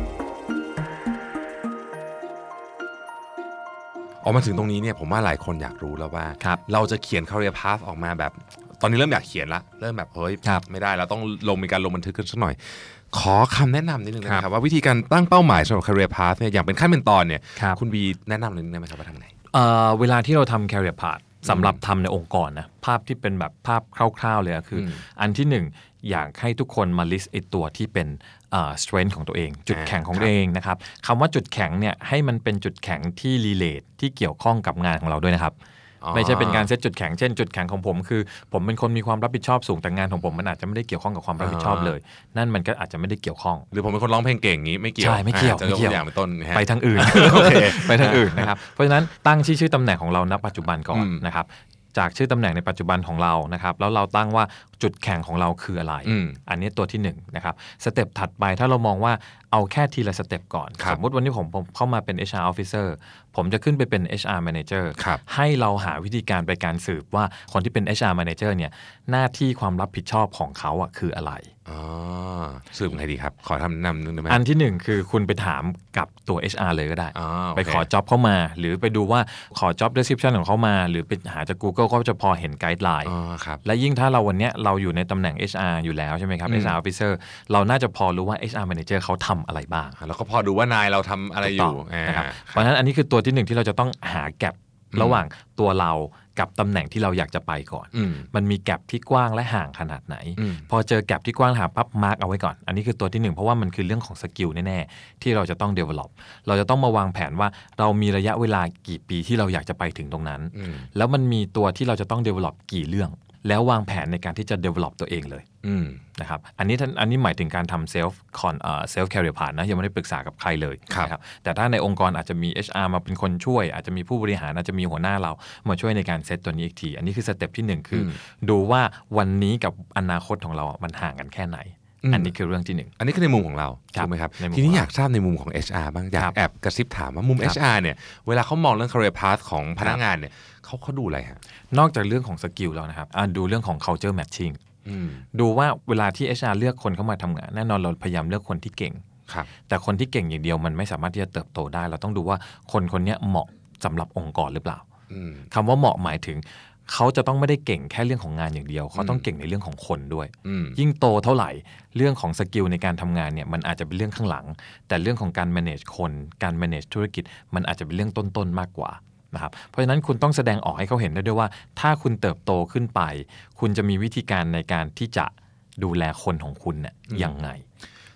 ออกมาถึงตรงนี้เนี่ยผมว่าหลายคนอยากรู้แล้วว่าเราจะเขียน career path ออกมาแบบตอนนี้เริ่มอยากเขียนละเริ่มแบบเฮ้ยไม่ได้เราต้องลงมีการลงบันทึกกันสักหน่อยขอคำแนะนำนิดนึงนะครับว่าวิธีการตั้งเป้าหมายสำหรับ career path เนี่ยอย่างเป็นขั้นเป็นตอนเนี่ยคุณบีแนะนำนิดนึงได้ไหมครับว่าทำไงเวลาที่เราทำ career pathสำหรับทำในองค์กรนะภาพที่เป็นแบบภาพคร่าวๆเลยคืออันที่หนึ่งอยากให้ทุกคนมา list ไอ้ตัวที่เป็น strength ของตัวเองจุดแข็งของตัวเองนะครับคำว่าจุดแข็งเนี่ยให้มันเป็นจุดแข็งที่ relate ที่เกี่ยวข้องกับงานของเราด้วยนะครับไม่ใช่เป็นการเซตจุดแข็งเช่นจุดแข็งของผมคือผมเป็นคนมีความรับผิดชอบสูงแต่งานของผมมันอาจจะไม่ได้เกี่ยวข้องกับความรับผิดชอบเลยนั่นมันก็อาจจะไม่ได้เกี่ยวข้องหรือผมเป็นคนร้องเพลงเก่งงี้ไม่เกี่ยวใช่ไม่เกี่ยวไม่เกี่ยวอย่างเป็นต้นไปทางอื่นไปทางอื่นนะครับเพราะฉะนั้นตั้งชื่อตำแหน่งของเราณปัจจุบันก่อนนะครับจากชื่อตำแหน่งในปัจจุบันของเรานะครับแล้วเราตั้งว่าจุดแข็งของเราคืออะไร อ, อันนี้ตัวที่หนึ่งนะครับสเต็ปถัดไปถ้าเรามองว่าเอาแค่ทีละสเต็ปก่อนสมมติวันนี้ผมผมเข้ามาเป็น เอช อาร์ Officer ผมจะขึ้นไปเป็น เอช อาร์ Manager ให้เราหาวิธีการไปการสืบว่าคนที่เป็น เอช อาร์ Manager เนี่ยหน้าที่ความรับผิดชอบของเขาอ่ะคืออะไรอ๋อสืบไงดีครับขอทำนำนึงได้ไหมอันที่หนึ่งคือคุณไปถามกับตัว เอช อาร์ เลยก็ได้ไปขอ job เข้ามาหรือไปดูว่าขอ job description ของเขามาหรือไปหาจาก Google ก็จะพอเห็นไกด์ไลน์และยิ่งถ้าเราวันนี้เราอยู่ในตำแหน่ง เอช อาร์ อยู่แล้วใช่ไหมครับ เอช อาร์ Officer เราน่าจะพอรู้ว่า เอช อาร์ Manager เขาทำอะไรบ้างแล้วก็พอดูว่านายเราทำอะไรอยู่นะครับเพราะฉะนั้นอันนี้คือตัวที่หนึ่งที่เราจะต้องหาแกประหว่างตัวเรากับตำแหน่งที่เราอยากจะไปก่อนมันมีแกปที่กว้างและห่างขนาดไหนพอเจอแกปที่กว้างห่างปั๊บมาร์กเอาไว้ก่อนอันนี้คือตัวที่หนึ่งเพราะว่ามันคือเรื่องของสกิลแน่ๆที่เราจะต้อง develop เราจะต้องมาวางแผนว่าเรามีระยะเวลากี่ปีที่เราอยากจะไปถึงตรงนั้นแล้วมันมีตัวที่เราจะต้อง develop กี่เรื่องแล้ววางแผนในการที่จะ develop ตัวเองเลยนะครับอันนี้อันนี้หมายถึงการทำ self con self career path นะยังไม่ได้ปรึกษากับใครเลยนะครับแต่ถ้าในองค์กรอาจจะมี เอช อาร์ มาเป็นคนช่วยอาจจะมีผู้บริหารอาจจะมีหัวหน้าเรามาช่วยในการเซตตัวนี้อีกทีอันนี้คือสเต็ปที่หนึ่งคือดูว่าวันนี้กับอนาคตของเรามันห่างกันแค่ไหนอันนี้คือเรื่องที่หนึ่งอันนี้คือในมุมของเราใช่ไหมครับทีนี้อยากทราบในมุมของ เอช อาร์ บ้างอยากแอบกระซิบถามว่ามุม เอช อาร์ เนี่ยเวลาเขามองเรื่อง career path ของพนักงานเนี่ยเขาเขาดูอะไรฮะนอกจากเรื่องของสกิลแล้วนะครับดูเรื่องของ culture matching ดูว่าเวลาที่ เอช อาร์ เลือกคนเข้ามาทำงานแน่นอนเราพยายามเลือกคนที่เก่งแต่คนที่เก่งอย่างเดียวมันไม่สามารถที่จะเติบโตได้เราต้องดูว่าคนคนนี้เหมาะสำหรับองค์กรหรือเปล่าคำว่าเหมาะหมายถึงเขาจะต้องไม่ได้เก่งแค่เรื่องของงานอย่างเดียวเขาต้องเก่งในเรื่องของคนด้วยยิ่งโตเท่าไหร่เรื่องของสกิลในการทำงานเนี่ยมันอาจจะเป็นเรื่องข้างหลังแต่เรื่องของการ manage คนการ manage ธุรกิจมันอาจจะเป็นเรื่องต้นๆมากกว่านะครับเพราะฉะนั้นคุณต้องแสดงออกให้เขาเห็นได้ด้วยว่าถ้าคุณเติบโตขึ้นไปคุณจะมีวิธีการในการที่จะดูแลคนของคุณเนี่ยยังไง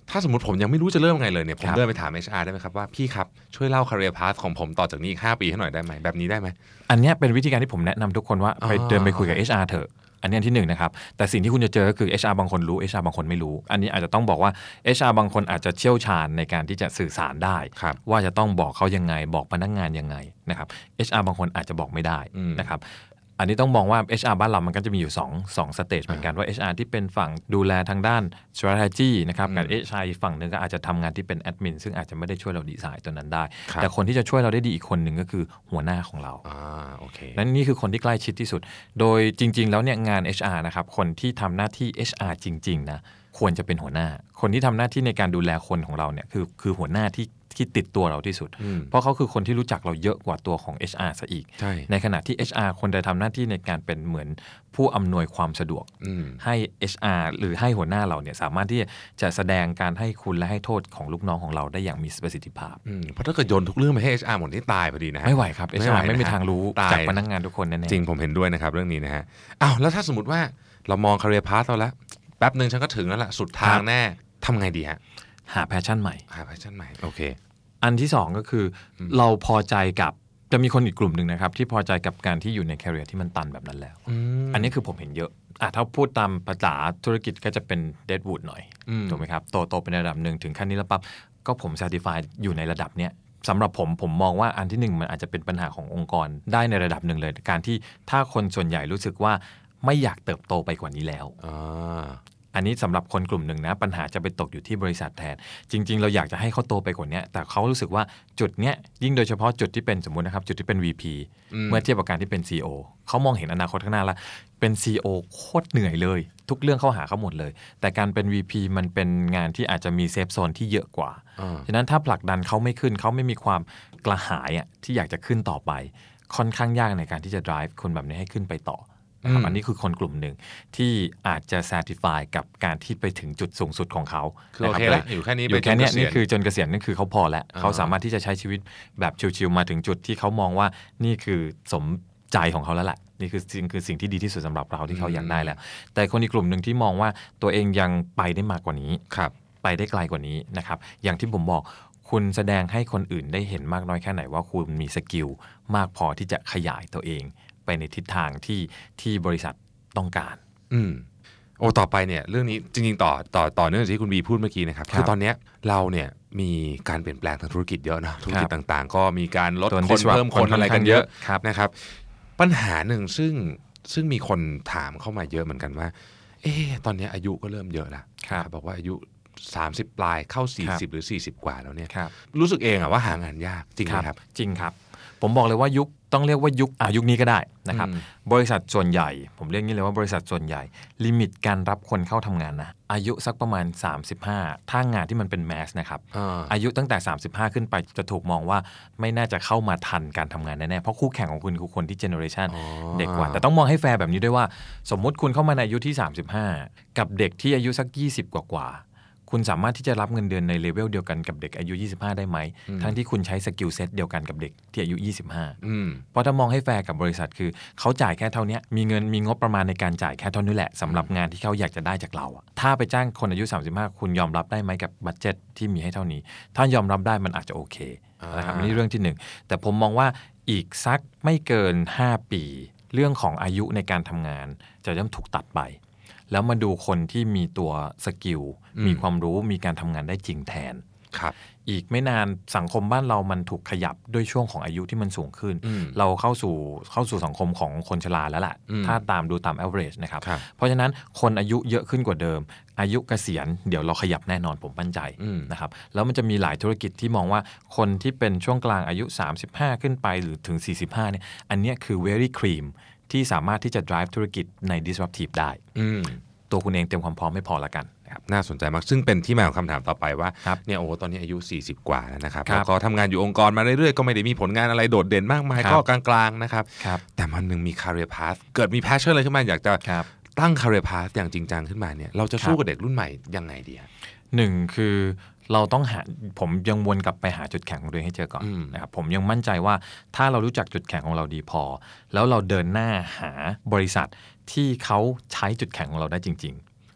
ถ้าสมมติผมยังไม่รู้จะเริ่มไงเลยเนี่ยผมเดินไปถาม เอช อาร์ ได้ไหมครับว่าพี่ครับช่วยเล่า career path ของผมต่อจากนี้อีกห้าปีให้หน่อยได้ไหมแบบนี้ได้ไหมอันนี้เป็นวิธีการที่ผมแนะนำทุกคนว่าไปเดินไปคุยกับ เอช อาร์ เถอะอันนี้ที่หนึ่งนะครับแต่สิ่งที่คุณจะเจอก็คือ เอช อาร์ บางคนรู้ เอช อาร์ บางคนไม่รู้อันนี้อาจจะต้องบอกว่า เอช อาร์ บางคนอาจจะเชี่ยวชาญในการที่จะสื่อสารได้ว่าจะต้องบอกเขายังไงบอกพนักงานยังไงนะครับ เอช อาร์ บางคนอาจจะบอกไม่ได้นะครับอันนี้ต้องมองว่า เอช อาร์ บ้านเรามันก็จะมีอยู่2 2 stage เหมือนกันว่า เอช อาร์ ที่เป็นฝั่งดูแลทางด้าน strategy นะครับกับ เอช อาร์ ฝั่งนึงก็อาจจะทำงานที่เป็น admin ซึ่งอาจจะไม่ได้ช่วยเราดีไซน์ตัวนั้นได้แต่คนที่จะช่วยเราได้ดีอีกคนหนึ่งก็คือหัวหน้าของเราอ่าโอเคและนี่คือคนที่ใกล้ชิดที่สุดโดยจริงๆแล้วเนี่ยงาน เอช อาร์ นะครับคนที่ทำหน้าที่ เอช อาร์ จริงๆนะควรจะเป็นหัวหน้าคนที่ทำหน้าที่ในการดูแลคนของเราเนี่ยคือคือหัวหน้าที่ที่ติดตัวเราที่สุดเพราะเขาคือคนที่รู้จักเราเยอะกว่าตัวของ เอช อาร์ ซะอีกใ, ในขณะที่ เอช อาร์ คนจะทำหน้าที่ในการเป็นเหมือนผู้อำนวยความสะดวกให้ เอช อาร์ หรือให้หัวหน้าเราเนี่ยสามารถที่จะแสดงการให้คุณและให้โทษของลูกน้องของเราได้อย่างมีประสิทธิภาพเพราะถ้าเกิดโยนทุกเรื่องไปให้ เอช อาร์ หมดนี่ตายพอดีนะฮะไม่ไหวครับ เอช อาร์ ไม่มีทางรู้จากพนักงานทุกคนแน่ๆจริงผมเห็นด้วยนะครับเรื่องนี้นะฮะอ้าวแล้วถ้าสมมติว่าเรามอง career path เราแล้วแป๊บนึงฉันก็ถึงแล้วล่ะสุดทางแน่ทำไงดีฮะหาแพชชั่นใหม่หาแพชชั่นใหม่โอเคอันที่สองก็คือเราพอใจกับจะมีคนอีกกลุ่มหนึ่งนะครับที่พอใจกับการที่อยู่ในแคริเอร์ที่มันตันแบบนั้นแล้ว อ, อันนี้คือผมเห็นเยอะอ่ะถ้าพูดตามภาษาธุรกิจก็จะเป็นเดดวูดหน่อยถูกไหมครับโตโตเป็นระดับหนึ่งถึงขั้นนี้แล้วปั๊บก็ผม certify อยู่ในระดับเนี้ยสำหรับผมผมมองว่าอันที่หนึ่งมันอาจจะเป็นปัญหาขององค์กรได้ในระดับหนึ่งเลยการที่ถ้าคนส่วนใหญ่รู้สึกว่าไม่อยากเติบโตไปกว่านี้แล้วอันนี้สำหรับคนกลุ่มหนึ่งนะปัญหาจะไปตกอยู่ที่บริษัทแทนจริงๆเราอยากจะให้เขาโตไปกว่านี้แต่เขารู้สึกว่าจุดเนี้ยยิ่งโดยเฉพาะจุดที่เป็นสมมุตินะครับจุดที่เป็น วี พี เมื่อเทียบกับการที่เป็น ซี อี โอ เขามองเห็นอนาคตข้างหน้าแล้วเป็น ซี อี โอ โคตรเหนื่อยเลยทุกเรื่องเข้าหาเขาหมดเลยแต่การเป็น วี พี มันเป็นงานที่อาจจะมีเซฟโซนที่เยอะกว่าฉะนั้นถ้าผลักดันเขาไม่ขึ้นเขาไม่มีความกระหายอ่ะที่อยากจะขึ้นต่อไปค่อนข้างยากในการที่จะ drive คนแบบนี้ให้ขึ้นไปต่ออันนี้คือคนกลุ่มหนึ่งที่อาจจะ satisfy กับการที่ไปถึงจุดสูงสุดของเขาคือโอเคแล้วอยู่แค่นี้อยู่แค่นี้นี่คือจนเกษียณนี่คือเขาพอแล้วเขาสามารถที่จะใช้ชีวิตแบบชิวๆมาถึงจุดที่เขามองว่านี่คือสมใจของเขาแล้วแหละนี่คือสิ่งคือสิ่งที่ดีที่สุดสำหรับเราที่เขาอยากได้แล้วแต่คนอีกกลุ่มหนึ่งที่มองว่าตัวเองยังไปได้มากกว่านี้ไปได้ไกลกว่านี้นะครับอย่างที่ผมบอกคุณแสดงให้คนอื่นได้เห็นมากน้อยแค่ไหนว่าคุณมีสกิลมากพอที่จะขยายตัวเองไปในทิศทางที่ที่บริษัทต้องการอืมโอ้ต่อไปเนี่ยเรื่องนี้จริงๆต่อต่อต่อเนื่องจากที่คุณบีพูดเมื่อกี้นะครับคือตอนนี้เราเนี่ยมีการเปลี่ยนแปลงทางธุรกิจเยอะนะธุรกิจต่างๆก็มีการลดคนเพิ่มคนอะไรกันเยอะนะครับปัญหาหนึ่งซึ่งซึ่งมีคนถามเข้ามาเยอะเหมือนกันว่าเอ๊ะตอนนี้อายุก็เริ่มเยอะแล้วบอกว่าอายุสามสิบปลายเข้าสี่สิบหรือสี่สิบกว่าแล้วเนี่ยรู้สึกเองอะว่าหางานยากจริงไหมครับจริงครับผมบอกเลยว่ายุคต้องเรียกว่ายุคอ่ะยุคนี้ก็ได้นะครับบริษัทส่วนใหญ่ผมเรียกงี้เลยว่าบริษัทส่วนใหญ่ลิมิตการรับคนเข้าทำงานนะอายุสักประมาณสามสิบห้าถ้างานที่มันเป็นแมสนะครับ อ, อายุตั้งแต่สามสิบห้าขึ้นไปจะถูกมองว่าไม่น่าจะเข้ามาทันการทำงานแน่ๆเพราะคู่แข่งของคุณคือคนที่เจเนอเรชันเด็กกว่าแต่ต้องมองให้แฟร์แบบนี้ด้วยว่าสมมุติคุณเข้ามาในอายุที่สามสิบห้ากับเด็กที่อายุสักยี่สิบกว่าคุณสามารถที่จะรับเงินเดือนในเลเวลเดียวกันกับเด็กอายุยี่สิบห้าได้ไหมทั้งที่คุณใช้สกิลเซ็ตเดียวกันกับเด็กที่อายุยี่สิบห้าเพราะถ้ามองให้แฟร์กับบริษัทคือเขาจ่ายแค่เท่านี้มีเงินมีงบประมาณในการจ่ายแค่เท่านี้แหละสำหรับงานที่เขาอยากจะได้จากเราถ้าไปจ้างคนอายุสามสิบห้าคุณยอมรับได้ไหมกับบัดเจ็ตที่มีให้เท่านี้ถ้ายอมรับได้มันอาจจะโอเคนะครับนี่เรื่องที่หนึ่งแต่ผมมองว่าอีกสักไม่เกินห้าปีเรื่องของอายุในการทำงานจะเริ่มถูกตัดไปแล้วมาดูคนที่มีตัวสกิลมีความรู้มีการทำงานได้จริงแทนครับอีกไม่นานสังคมบ้านเรามันถูกขยับด้วยช่วงของอายุที่มันสูงขึ้นเราเข้าสู่เข้าสู่สังคมของคนชราแล้วแหละถ้าตามดูตาม average นะครับเพราะฉะนั้นคนอายุเยอะขึ้นกว่าเดิมอายุเกษียณเดี๋ยวเราขยับแน่นอนผมมั่นใจนะครับแล้วมันจะมีหลายธุรกิจที่มองว่าคนที่เป็นช่วงกลางอายุสามสิบห้าขึ้นไปหรือถึงสี่สิบห้าเนี่ยอันนี้คือ very creamที่สามารถที่จะ drive ธุรกิจใน disruptive ได้ตัวคุณเองเตรียมความพร้อมไม่พอละกันครับน่าสนใจมากซึ่งเป็นที่มาของคำถามต่อไปว่าเนี่ยโอ้ตอนนี้อายุสี่สิบกว่าแล้วนะครับแล้วก็ทำงานอยู่องค์กรมาเรื่อยๆก็ไม่ได้มีผลงานอะไรโดดเด่นมากมายก็กลางๆนะครับแต่มันนึงมี career path เกิดมี passion เลยขึ้นมาอยากจะตั้ง career path อย่างจริงจังขึ้นมาเนี่ยเราจะสู้กับเด็กรุ่นใหม่ยังไงดีหนึ่งคือเราต้องหาผมยังวนกลับไปหาจุดแข็งของตัวเองให้เจอก่อนนะครับผมยังมั่นใจว่าถ้าเรารู้จักจุดแข็งของเราดีพอแล้วเราเดินหน้าหาบริษัทที่เขาใช้จุดแข็งของเราได้จริงๆ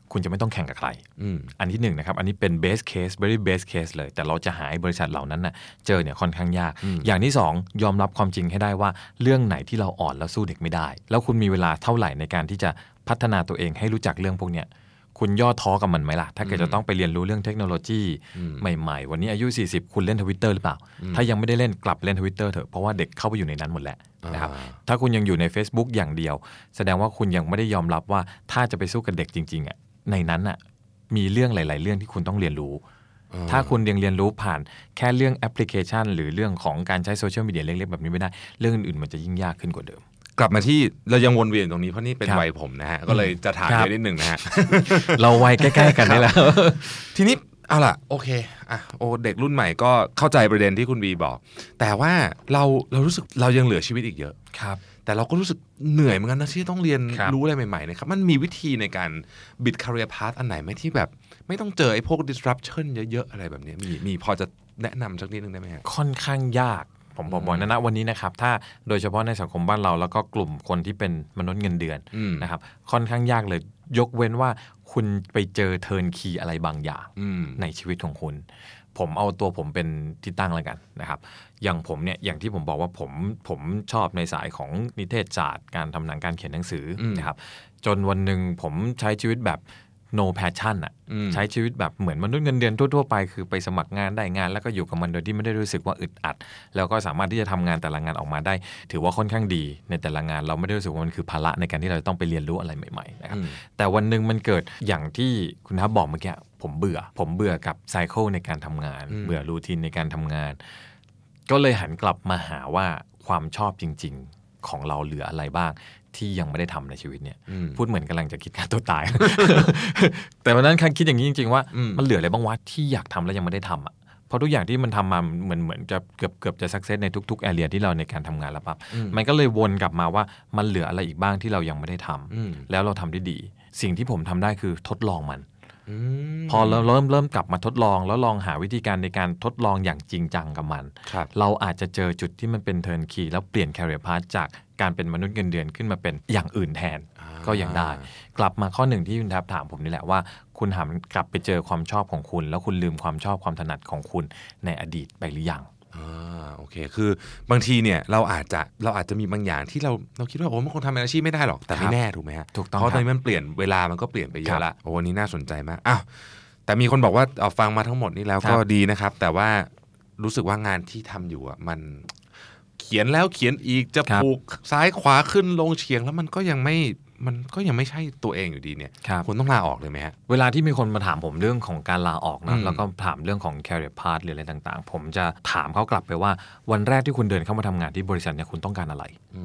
คุณจะไม่ต้องแข่งกับใคร อ, อันที่หนึ่งนะครับอันนี้เป็น base case very base case เลยแต่เราจะหาบริษัทเหล่านั้นนะเจอเนี่ยค่อนข้างยาก อ, อย่างที่สองยอมรับความจริงให้ได้ว่าเรื่องไหนที่เราอ่อนแล้วสู้เด็กไม่ได้แล้วคุณมีเวลาเท่าไหร่ในการที่จะพัฒนาตัวเองให้รู้จักเรื่องพวกเนี้ยคุณย่อท้อกับมันไหมล่ะถ้าเกิดจะต้องไปเรียนรู้เรื่องเทคโนโลยีใหม่ๆวันนี้อายุสี่สิบคุณเล่น Twitter หรือเปล่าถ้ายังไม่ได้เล่นกลับเล่น Twitter เถอะเพราะว่าเด็กเข้าไปอยู่ในนั้นหมดแล้วนะครับถ้าคุณยังอยู่ใน Facebook อย่างเดียวแสดงว่าคุณยังไม่ได้ยอมรับว่าถ้าจะไปสู้กับเด็กจริงๆอ่ะในนั้นอ่ะมีเรื่องหลายๆเรื่องที่คุณต้องเรียนรู้ถ้าคุณยังเรียนรู้ผ่านแค่เรื่องแอปพลิเคชันหรือเรื่องของการใช้โซเชียลมีเดียเล็กๆแบบนี้ไม่ได้เรื่องอื่นๆมันจะยิ่งยากขึ้นกว่าเดิมกลับมาที่เรายังวนเวียนตรงนี้เพราะนี่เป็นวัยผมนะฮะก็เลยจะถามเยอะนิดนึงนะฮะเราวัยใกล้ๆกันนี่แหละทีนี้เอาล่ะโอเคอ่ะโอ้เด็กรุ่นใหม่ก็เข้าใจประเด็นที่คุณบีบอกแต่ว่าเราเรารู้สึกเรายังเหลือชีวิตอีกเยอะครับแต่เราก็รู้สึกเหนื่อยเหมือนกันนะที่ต้องเรียนรู้อะไรใหม่ๆนะครับมันมีวิธีในการบิด career path อันไหนไหมที่แบบไม่ต้องเจอไอ้พวก disruption เยอะๆอะไรแบบนี้มีมีพอจะแนะนำสักนิดนึงได้ไหมครับค่อนข้างยากผมบอกนะนะวันนี้นะครับถ้าโดยเฉพาะในสังคมบ้านเราแล้วก็กลุ่มคนที่เป็นมนุษย์เงินเดือนนะครับค่อนข้างยากเลยยกเว้นว่าคุณไปเจอเทิร์นคีย์อะไรบางอย่างในชีวิตของคุณผมเอาตัวผมเป็นที่ตั้งแล้วกันนะครับอย่างผมเนี่ยอย่างที่ผมบอกว่าผมผมชอบในสายของนิเทศศาสตร์การทำหนังการเขียนหนังสือนะครับจนวันหนึ่งผมใช้ชีวิตแบบno passion อ่ะใช้ชีวิตแบบเหมือนมนุษย์เงินเดือนทั่วๆไปคือไปสมัครงานได้งานแล้วก็อยู่กับมันโดยที่ไม่ได้รู้สึกว่าอึดอัดแล้วก็สามารถที่จะทำงานแต่ละงานออกมาได้ถือว่าค่อนข้างดีในแต่ละงานเราไม่ได้รู้สึกว่ามันคือภาระในการที่เราต้องไปเรียนรู้อะไรใหม่ๆนะครับแต่วันนึงมันเกิดอย่างที่คุณทัพบอกเมื่อกี้ผมเบื่อผมเบื่อกับไซเคิลในการทำงานเบื่อรูทีนในการทำงานก็เลยหันกลับมาหาว่าความชอบจริงๆของเราเหลืออะไรบ้างที่ยังไม่ได้ทำในชีวิตเนี่ยพูดเหมือนกำลังจะคิดฆ่าตัวตาย แต่วันนั้นคันคิดอย่างนี้จริงๆว่ามันเหลืออะไรบ้างวะที่อยากทำแล้วยังไม่ได้ทำอ่ะเพราะทุกอย่างที่มันทำมาเหมือนเหมือนจะเกือบเกือบจะสักเซสในทุกๆแอเรียที่เราในการทำงานแล้วปั๊บมันก็เลยวนกลับมาว่ามันเหลืออะไรอีกบ้างที่เรายังไม่ได้ทำแล้วเราทำได้ดีสิ่งที่ผมทำได้คือทดลองมันพอเราเริ่มเริ่มกลับมาทดลองแล้วลองหาวิธีการในการทดลองอย่างจริงจังกับมันเราอาจจะเจอจุดที่มันเป็นเทิร์นคีย์แล้วเปลี่ยนแคเรียร์พาธจากการเป็นมนุษย์เงินเดือนขึ้นมาเป็นอย่างอื่นแทนก็ยังได้กลับมาข้อหนึ่งที่คุณทัพถามผมนี่แหละว่าคุณหันกลับไปเจอความชอบของคุณแล้วคุณลืมความชอบความถนัดของคุณในอดีตไปหรือยังอ่าโอเคคือบางทีเนี่ยเราอาจจะเราอาจจะมีบางอย่างที่เราเราคิดว่าโอ้มันคงทำอาชีพไม่ได้หรอกแต่ไม่แน่ถูกไหมฮะถูกต้องเพราะตอนนี้มันเปลี่ยนเวลามันก็เปลี่ยนไปเยอะละโอ้วันนี้น่าสนใจมากอ้าวแต่มีคนบอกว่าเอาฟังมาทั้งหมดนี้แล้วก็ดีนะครับแต่ว่ารู้สึกว่างานที่ทำอยู่อ่ะมันเขียนแล้วเขียนอีกจะผูกซ้ายขวาขึ้นลงเฉียงแล้วมันก็ยังไม่มันก็ยังไม่ใช่ตัวเองอยู่ดีเนี่ยคุณต้องลาออกเลยไหมฮะเวลาที่มีคนมาถามผมเรื่องของการลาออกนะแล้วก็ถามเรื่องของ career path หรืออะไรต่างๆผมจะถามเขากลับไปว่าวันแรกที่คุณเดินเข้ามาทำงานที่บริษัทเนี่ยคุณต้องการอะไร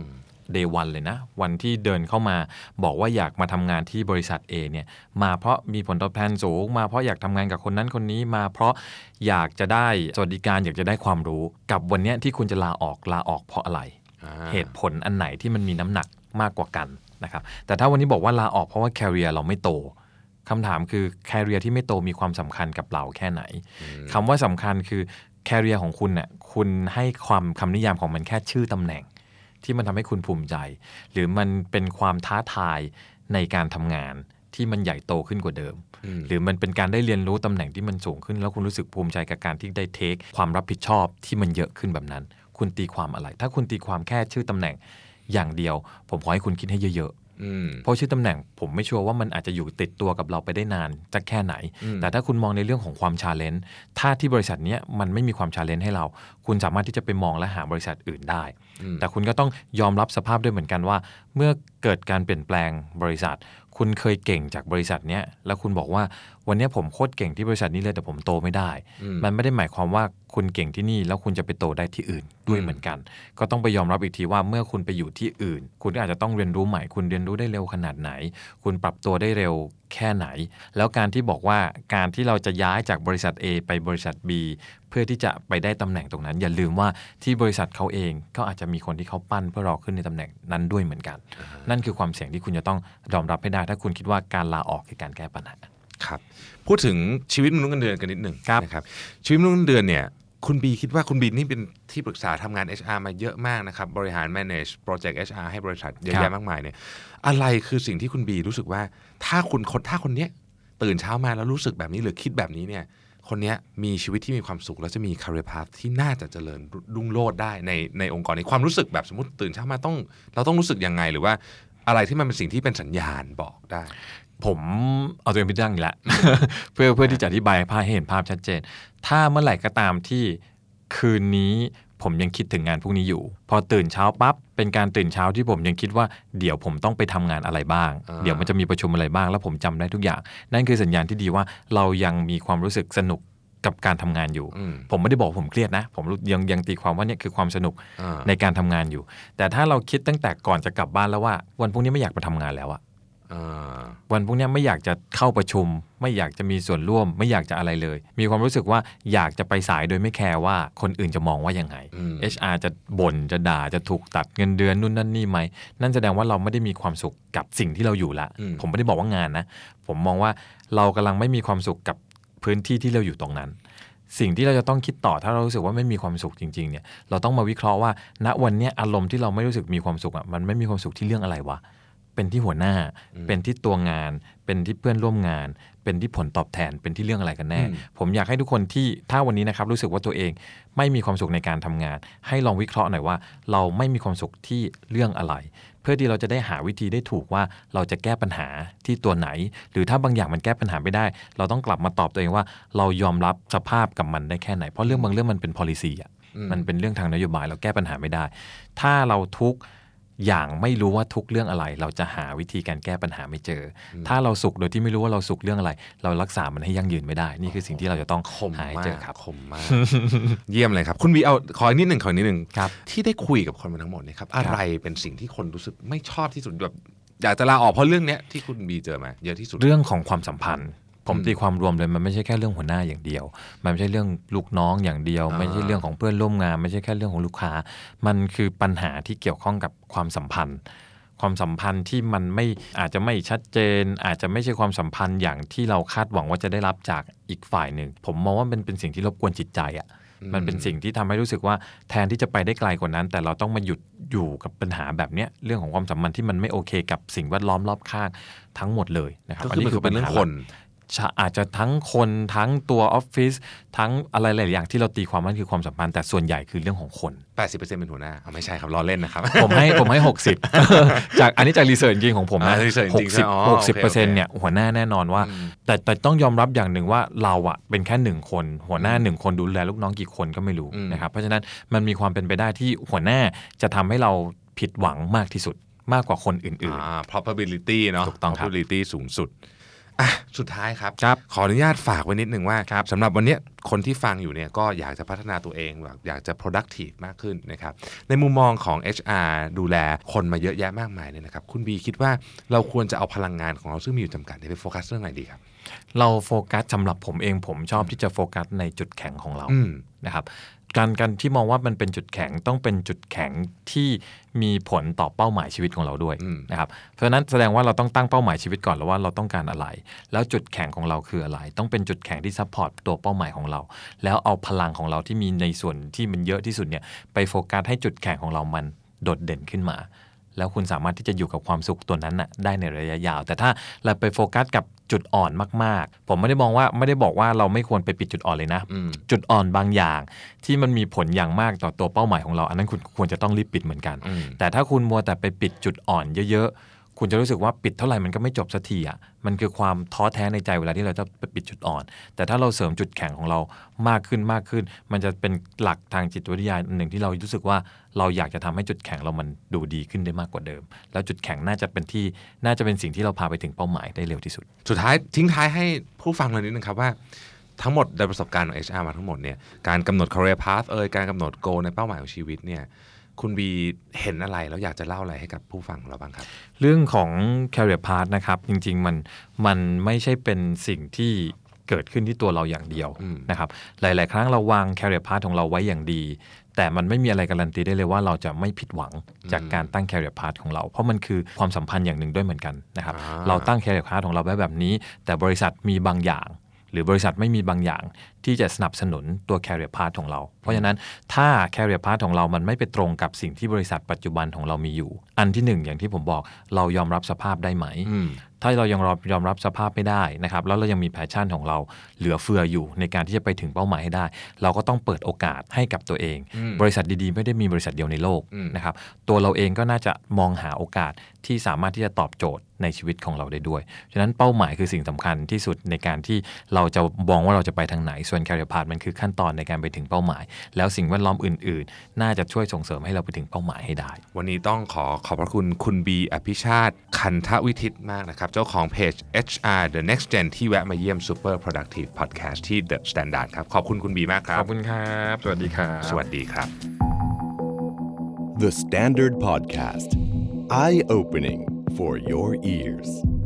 day one เลยนะวันที่เดินเข้ามาบอกว่าอยากมาทำงานที่บริษัท A เนี่ยมาเพราะมีผลตอบแทนสูงมาเพราะอยากทำงานกับคนนั้นคนนี้มาเพราะอยากจะได้สวัสดิการอยากจะได้ความรู้กับวันนี้ที่คุณจะลาออกลาออกเพราะอะไรเหตุผลอันไหนที่มันมีน้ำหนักมากกว่ากันนะครับแต่ถ้าวันนี้บอกว่าลาออกเพราะว่า career เราไม่โตคำถามคือ career ที่ไม่โตมีความสำคัญกับเราแค่ไหนคำว่าสำคัญคือ career ของคุณเนี่ยคุณให้ความคำนิยามของมันแค่ชื่อตำแหน่งที่มันทำให้คุณภูมิใจหรือมันเป็นความท้าทายในการทำงานที่มันใหญ่โตขึ้นกว่าเดิมหรือมันเป็นการได้เรียนรู้ตำแหน่งที่มันสูงขึ้นแล้วคุณรู้สึกภูมิใจกับการที่ได้เทคความรับผิดชอบที่มันเยอะขึ้นแบบนั้นคุณตีความอะไรถ้าคุณตีความแค่ชื่อตำแหน่งอย่างเดียวผมขอให้คุณคิดให้เยอะๆเพราะชื่อตำแหน่งผมไม่ชัวร์ว่ามันอาจจะอยู่ติดตัวกับเราไปได้นานจะแค่ไหนแต่ถ้าคุณมองในเรื่องของความชาเลนจ์ถ้าที่บริษัทนี้มันไม่มีความชาเลนจ์ให้เราคุณสามารถที่จะไปมองและหาบริษัทอื่นได้แต่คุณก็ต้องยอมรับสภาพด้วยเหมือนกันว่าเมื่อเกิดการเปลี่ยนแปลงบริษัทคุณเคยเก่งจากบริษัทนี้แล้วคุณบอกว่าวันนี้ผมโคตรเก่งที่บริษัทนี้เลยแต่ผมโตไม่ได้มันไม่ได้หมายความว่าคุณเก่งที่นี่แล้วคุณจะไปโตได้ที่อื่นด้วยเหมือนกันก็ต้องไปยอมรับอีกทีว่าเมื่อคุณไปอยู่ที่อื่นคุณอาจจะต้องเรียนรู้ใหม่คุณเรียนรู้ได้เร็วขนาดไหนคุณปรับตัวได้เร็วแค่ไหนแล้วการที่บอกว่าการที่เราจะย้ายจากบริษัท A ไปบริษัท B เพื่อที่จะไปได้ตำแหน่งตรงนั้นอย่าลืมว่าที่บริษัทเขาเองก็อาจจะมีคนที่เขาปั้นเพื่อรอขึ้นในตำแหน่งนั้นด้วยเหมือนกัน uh-huh. นั่นคือความเสี่ยงที่คุณจะต้องยอมรับให้ได้ถ้าคุณคิดว่าการลาออกคือการแก้ปัญหาครับพูดถึงชีวิตมนุษย์เงินเดือนกันนิดหนึ่งนะครับชีวิตมนุษย์เงินเดือนเนี่ยคุณบีคิดว่าคุณบีนี่เป็นที่ปรึกษาทำงาน เอช อาร์ มาเยอะมากนะครับบริหาร manage project เอช อาร์ ให้บริษัทเยอะแยะมากมายเนี่ยอะไรคือสิ่งที่คุณบีรู้สึกว่าถ้าคุณคนถ้าคนเนี้ยตื่นเช้ามาแล้วรู้สึกแบบนี้หรือคิดแบบนี้เนี่ยคนนี้มีชีวิตที่มีความสุขแล้วจะมี career path ที่น่าจะเจริญรุ่งโรจน์ได้ในในองค์กรนี้ความรู้สึกแบบสมมติตื่นเช้ามาต้องเราต้องรู้สึกยังไงหรือว่าอะไรที่มันเป็นสิ่งที่เป็นสัญญาณบอกได้ผมเอาตัวเองไปตั้งอีกแล้ว เพื่อเพื่อที่จะอธิบายภาพให้เห็นภาพชัดเจนถ้าเมื่อไหร่ก็ตามที่คืนนี้ผมยังคิดถึงงานพวกนี้อยู่พอตื่นเช้าปั๊บเป็นการตื่นเช้าที่ผมยังคิดว่าเดี๋ยวผมต้องไปทำงานอะไรบ้างเดี๋ยวมันจะมีประชุมอะไรบ้างแล้วผมจำได้ทุกอย่างนั่นคือสัญญาณที่ดีว่าเรายังมีความรู้สึกสนุกกับการทำงานอยู่ผมไม่ได้บอกผมเครียดนะผมยังยังตีความว่านี่คือความสนุกในการทำงานอยู่แต่ถ้าเราคิดตั้งแต่ก่อนจะกลับบ้านแล้วว่าวันพรุ่งนี้ไม่อยากไปทำงานแล้วอะวันพรุ่งนี้ไม่อยากจะเข้าประชุมไม่อยากจะมีส่วนร่วมไม่อยากจะอะไรเลยมีความรู้สึกว่าอยากจะไปสายโดยไม่แคร์ว่าคนอื่นจะมองว่ายังไง เอช อาร์ จะบ่นจะด่าจะถูกตัดเงินเดือนนู่นนั่นนี่ไหมนั่นแสดงว่าเราไม่ได้มีความสุขกับสิ่งที่เราอยู่ละผมไม่ได้บอกว่างานนะผมมองว่าเรากำลังไม่มีความสุขกับพื้นที่ที่เราอยู่ตรงนั้นสิ่งที่เราจะต้องคิดต่อถ้าเรารู้สึกว่าไม่มีความสุขจริงๆเนี่ยเราต้องมาวิเคราะห์ว่าณวันนี้อารมณ์ที่เราไม่รู้สึกมีความสุขอ่ะมันไม่มีความสุขที่เรื่องอะไรวะเป็นที่หัวหน้าเป็นที่ตัวงานเป็นที่เพื่อนร่วมงานเป็นที่ผลตอบแทนเป็นที่เรื่องอะไรกันแน่ผมอยากให้ทุกคนที่ถ้าวันนี้นะครับรู้สึกว่าตัวเองไม่มีความสุขในการทำงานให้ลองวิเคราะห์หน่อยว่าเราไม่มีความสุขที่เรื่องอะไรเพื่อที่เราจะได้หาวิธีได้ถูกว่าเราจะแก้ปัญหาที่ตัวไหนหรือถ้าบางอย่างมันแก้ปัญหาไม่ได้เราต้องกลับมาตอบตัวเองว่าเรายอมรับสภาพกับมันได้แค่ไหนเพราะเรื่องบางเรื่องมันเป็น policy อ่ะมันเป็นเรื่องทางนโยบายเราแก้ปัญหาไม่ได้ถ้าเราทุกอย่างไม่รู้ว่าทุกเรื่องอะไรเราจะหาวิธีการแก้ปัญหาไม่เจอถ้าเราสุขโดยที่ไม่รู้ว่าเราสุขเรื่องอะไรเรารักษามันให้ยั่งยืนไม่ได้นี่คือสิ่งที่เราจะต้องหาให้เจอครับคมมาก เยี่ยมเลยครับคุณวีเอาขออีกนิดหนึ่งขออีกนิดหนึ่งที่ได้คุยกับคนมาทั้งหมดเนี่ยครับอะไรเป็นสิ่งที่คนรู้สึกไม่ชอบที่สุดแบบอยากจะลาออกเพราะเรื่องนี้ที่คุณบีเจอมาเยอะที่สุดเรื่องของความสัมพันธ์ผมตีความรวมเลยมันไม่ใช่แค่เรื่องหัวหน้าอย่างเดียวมันไม่ใช่เรื่องลูกน้องอย่างเดียวไม่ใช่เรื่องของเพื่อนร่วมงานไม่ใช่แค่เรื่องของลูกค้ามันคือปัญหาที่เกี่ยวข้องกับความสัมพันธ์ความสัมพันธ์ที่มันไม่อาจจะไม่ชัดเจนอาจจะไม่ใช่ความสัมพันธ์อย่างที่เราคาดหวังว่าจะได้รับจากอีกฝ่ายหนึ่งผมมองว่ามันเป็นสิ่งที่รบกวนจิตใจอ่ะมันเป็นสิ่งที่ทำให้รู้สึกว่าแทนที่จะไปได้ไกลกว่านั้นแต่เราต้องมาหยุดอยู่กับปัญหาแบบนี้เรื่องของความสัมพันธ์ที่มันไม่โอเคกับสิ่งแวดล้อมรอบข้างทั้งหมดเลยนะครับอันนี้คือเป็นเรื่องคนอาจจะทั้งคนทั้งตัวออฟฟิศทั้งอะไรหลายอย่างที่เราตีความมันคือความสัมพันธ์แต่ส่วนใหญ่คือเรื่องของคนแปดสิบเปอร์เซ็นต์ เป็นหัวหน้าเอาไม่ใช่ครับล้อเล่นนะครับผมให้ผมให้หกสิบ จากอันนี้จากรีเสิร์ชจริงของผมนะหกสิบ หกสิบเปอร์เซ็นต์เนี่ยหัวหน้าแน่นอนว่าแต่แต่ต้องยอมรับอย่างหนึ่งว่าเราอ่ะเป็นแค่หนึ่งคนหัวหน้าหนึ่งคนดูแลลูกน้องกี่คนก็ไม่รู้นะครับเพราะฉะนั้นมันมีความเป็นไปได้ที่หัวหน้าจะทำให้เราผิดหวังมากที่สุดมากกว่าคนอื่นๆอ่า probability เนาะ probability สูงสุดอ่ะสุดท้ายครับขออนุญาตฝากไว้นิดนึงว่าสำหรับวันนี้คนที่ฟังอยู่เนี่ยก็อยากจะพัฒนาตัวเองอยากจะ productive มากขึ้นนะครับในมุมมองของ เอช อาร์ ดูแลคนมาเยอะแยะมากมายเนี่ยนะครับคุณบีคิดว่าเราควรจะเอาพลังงานของเราซึ่งมีอยู่จำกัดไปโฟกัสเรื่องไหนดีครับเราโฟกัสสำหรับผมเองผมชอบที่จะโฟกัสในจุดแข็งของเรานะครับการการที่มองว่ามันเป็นจุดแข็งต้องเป็นจุดแข็งที่มีผลต่อเป้าหมายชีวิตของเราด้วยนะครับเพราะฉะนั้นแสดงว่าเราต้องตั้งเป้าหมายชีวิตก่อนแล้วว่าเราต้องการอะไรแล้วจุดแข็งของเราคืออะไรต้องเป็นจุดแข็งที่ซัพพอร์ตตัวเป้าหมายของเราแล้วเอาพลังของเราที่มีในส่วนที่มันเยอะที่สุดเนี่ยไปโฟกัสให้จุดแข็งของเรามันโดดเด่นขึ้นมาแล้วคุณสามารถที่จะอยู่กับความสุขตัวนั้นน่ะได้ในระยะยาวแต่ถ้าเราไปโฟกัสกับจุดอ่อนมากๆผมไม่ได้มองว่าไม่ได้บอกว่าเราไม่ควรไปปิดจุดอ่อนเลยนะจุดอ่อนบางอย่างที่มันมีผลอย่างมากต่อตัวเป้าหมายของเราอันนั้นคุณควรจะต้องรีบปิดเหมือนกันแต่ถ้าคุณมัวแต่ไปปิดจุดอ่อนเยอะๆคุณจะรู้สึกว่าปิดเท่าไหร่มันก็ไม่จบสักทีอ่ะมันคือความท้อแท้ในใจเวลาที่เราจะไปปิดจุดอ่อนแต่ถ้าเราเสริมจุดแข็งของเรามากขึ้นมากขึ้นมันจะเป็นหลักทางจิตวิทยาหนึ่งที่เรารู้สึกว่าเราอยากจะทำให้จุดแข็งเรามันดูดีขึ้นได้มากกว่าเดิมแล้วจุดแข็งน่าจะเป็นที่น่าจะเป็นสิ่งที่เราพาไปถึงเป้าหมายได้เร็วที่สุดสุดท้ายทิ้งท้ายให้ผู้ฟังเลยนิดนึงครับว่าทั้งหมดในประสบการณ์ของ เอช อาร์ มาทั้งหมดเนี่ยการกำหนด career path เอ่ยการกำหนด goal ในเป้าหมายของชีวิตเนี่ยคุณบีเห็นอะไรแล้วอยากจะเล่าอะไรให้กับผู้ฟังเราบ้างครับเรื่องของ career path นะครับจริงๆมันมันไม่ใช่เป็นสิ่งที่เกิดขึ้นที่ตัวเราอย่างเดียวนะครับหลายๆครั้งเราวาง career path ของเราไว้อย่างดีแต่มันไม่มีอะไรการันตีได้เลยว่าเราจะไม่ผิดหวังจากการตั้ง career path ของเราเพราะมันคือความสัมพันธ์อย่างหนึ่งด้วยเหมือนกันนะครับเราตั้ง career path ของเราไว้แบบนี้แต่บริษัทมีบางอย่างหรือบริษัทไม่มีบางอย่างที่จะสนับสนุนตัว career path ของเราเพราะฉะนั้นถ้า career path ของเรามันไม่ไปตรงกับสิ่งที่บริษัทปัจจุบันของเรามีอยู่อันที่หนึ่งอย่างที่ผมบอกเรายอมรับสภาพได้ไหมถ้าเรายังยอมรับสภาพไม่ได้นะครับแล้วเรายังมีแพชชั่นของเราเหลือเฟืออยู่ในการที่จะไปถึงเป้าหมายให้ได้เราก็ต้องเปิดโอกาสให้กับตัวเองบริษัทดีๆไม่ได้มีบริษัทเดียวในโลกนะครับตัวเราเองก็น่าจะมองหาโอกาสที่สามารถที่จะตอบโจทย์ในชีวิตของเราได้ด้วยฉะนั้นเป้าหมายคือสิ่งสำคัญที่สุดในการที่เราจะมองว่าเราจะไปทางไหนส่วน Career Path มันคือขั้นตอนในการไปถึงเป้าหมายแล้วสิ่งแวดล้อมอื่นๆน่าจะช่วยส่งเสริมให้เราไปถึงเป้าหมายให้ได้วันนี้ต้องขอขอบพระคุณคุณบีอภิชาติคันทวิทิตมากนะครับเจ้าของเพจ เอช อาร์ The Next Gen ที่แวะมาเยี่ยม Super Productive Podcast ที่ The Standard ครับขอบคุณคุณบีมากครับขอบคุณครับสวัสดีครับสวัสดีครับ The Standard Podcast Eye Opening for your ears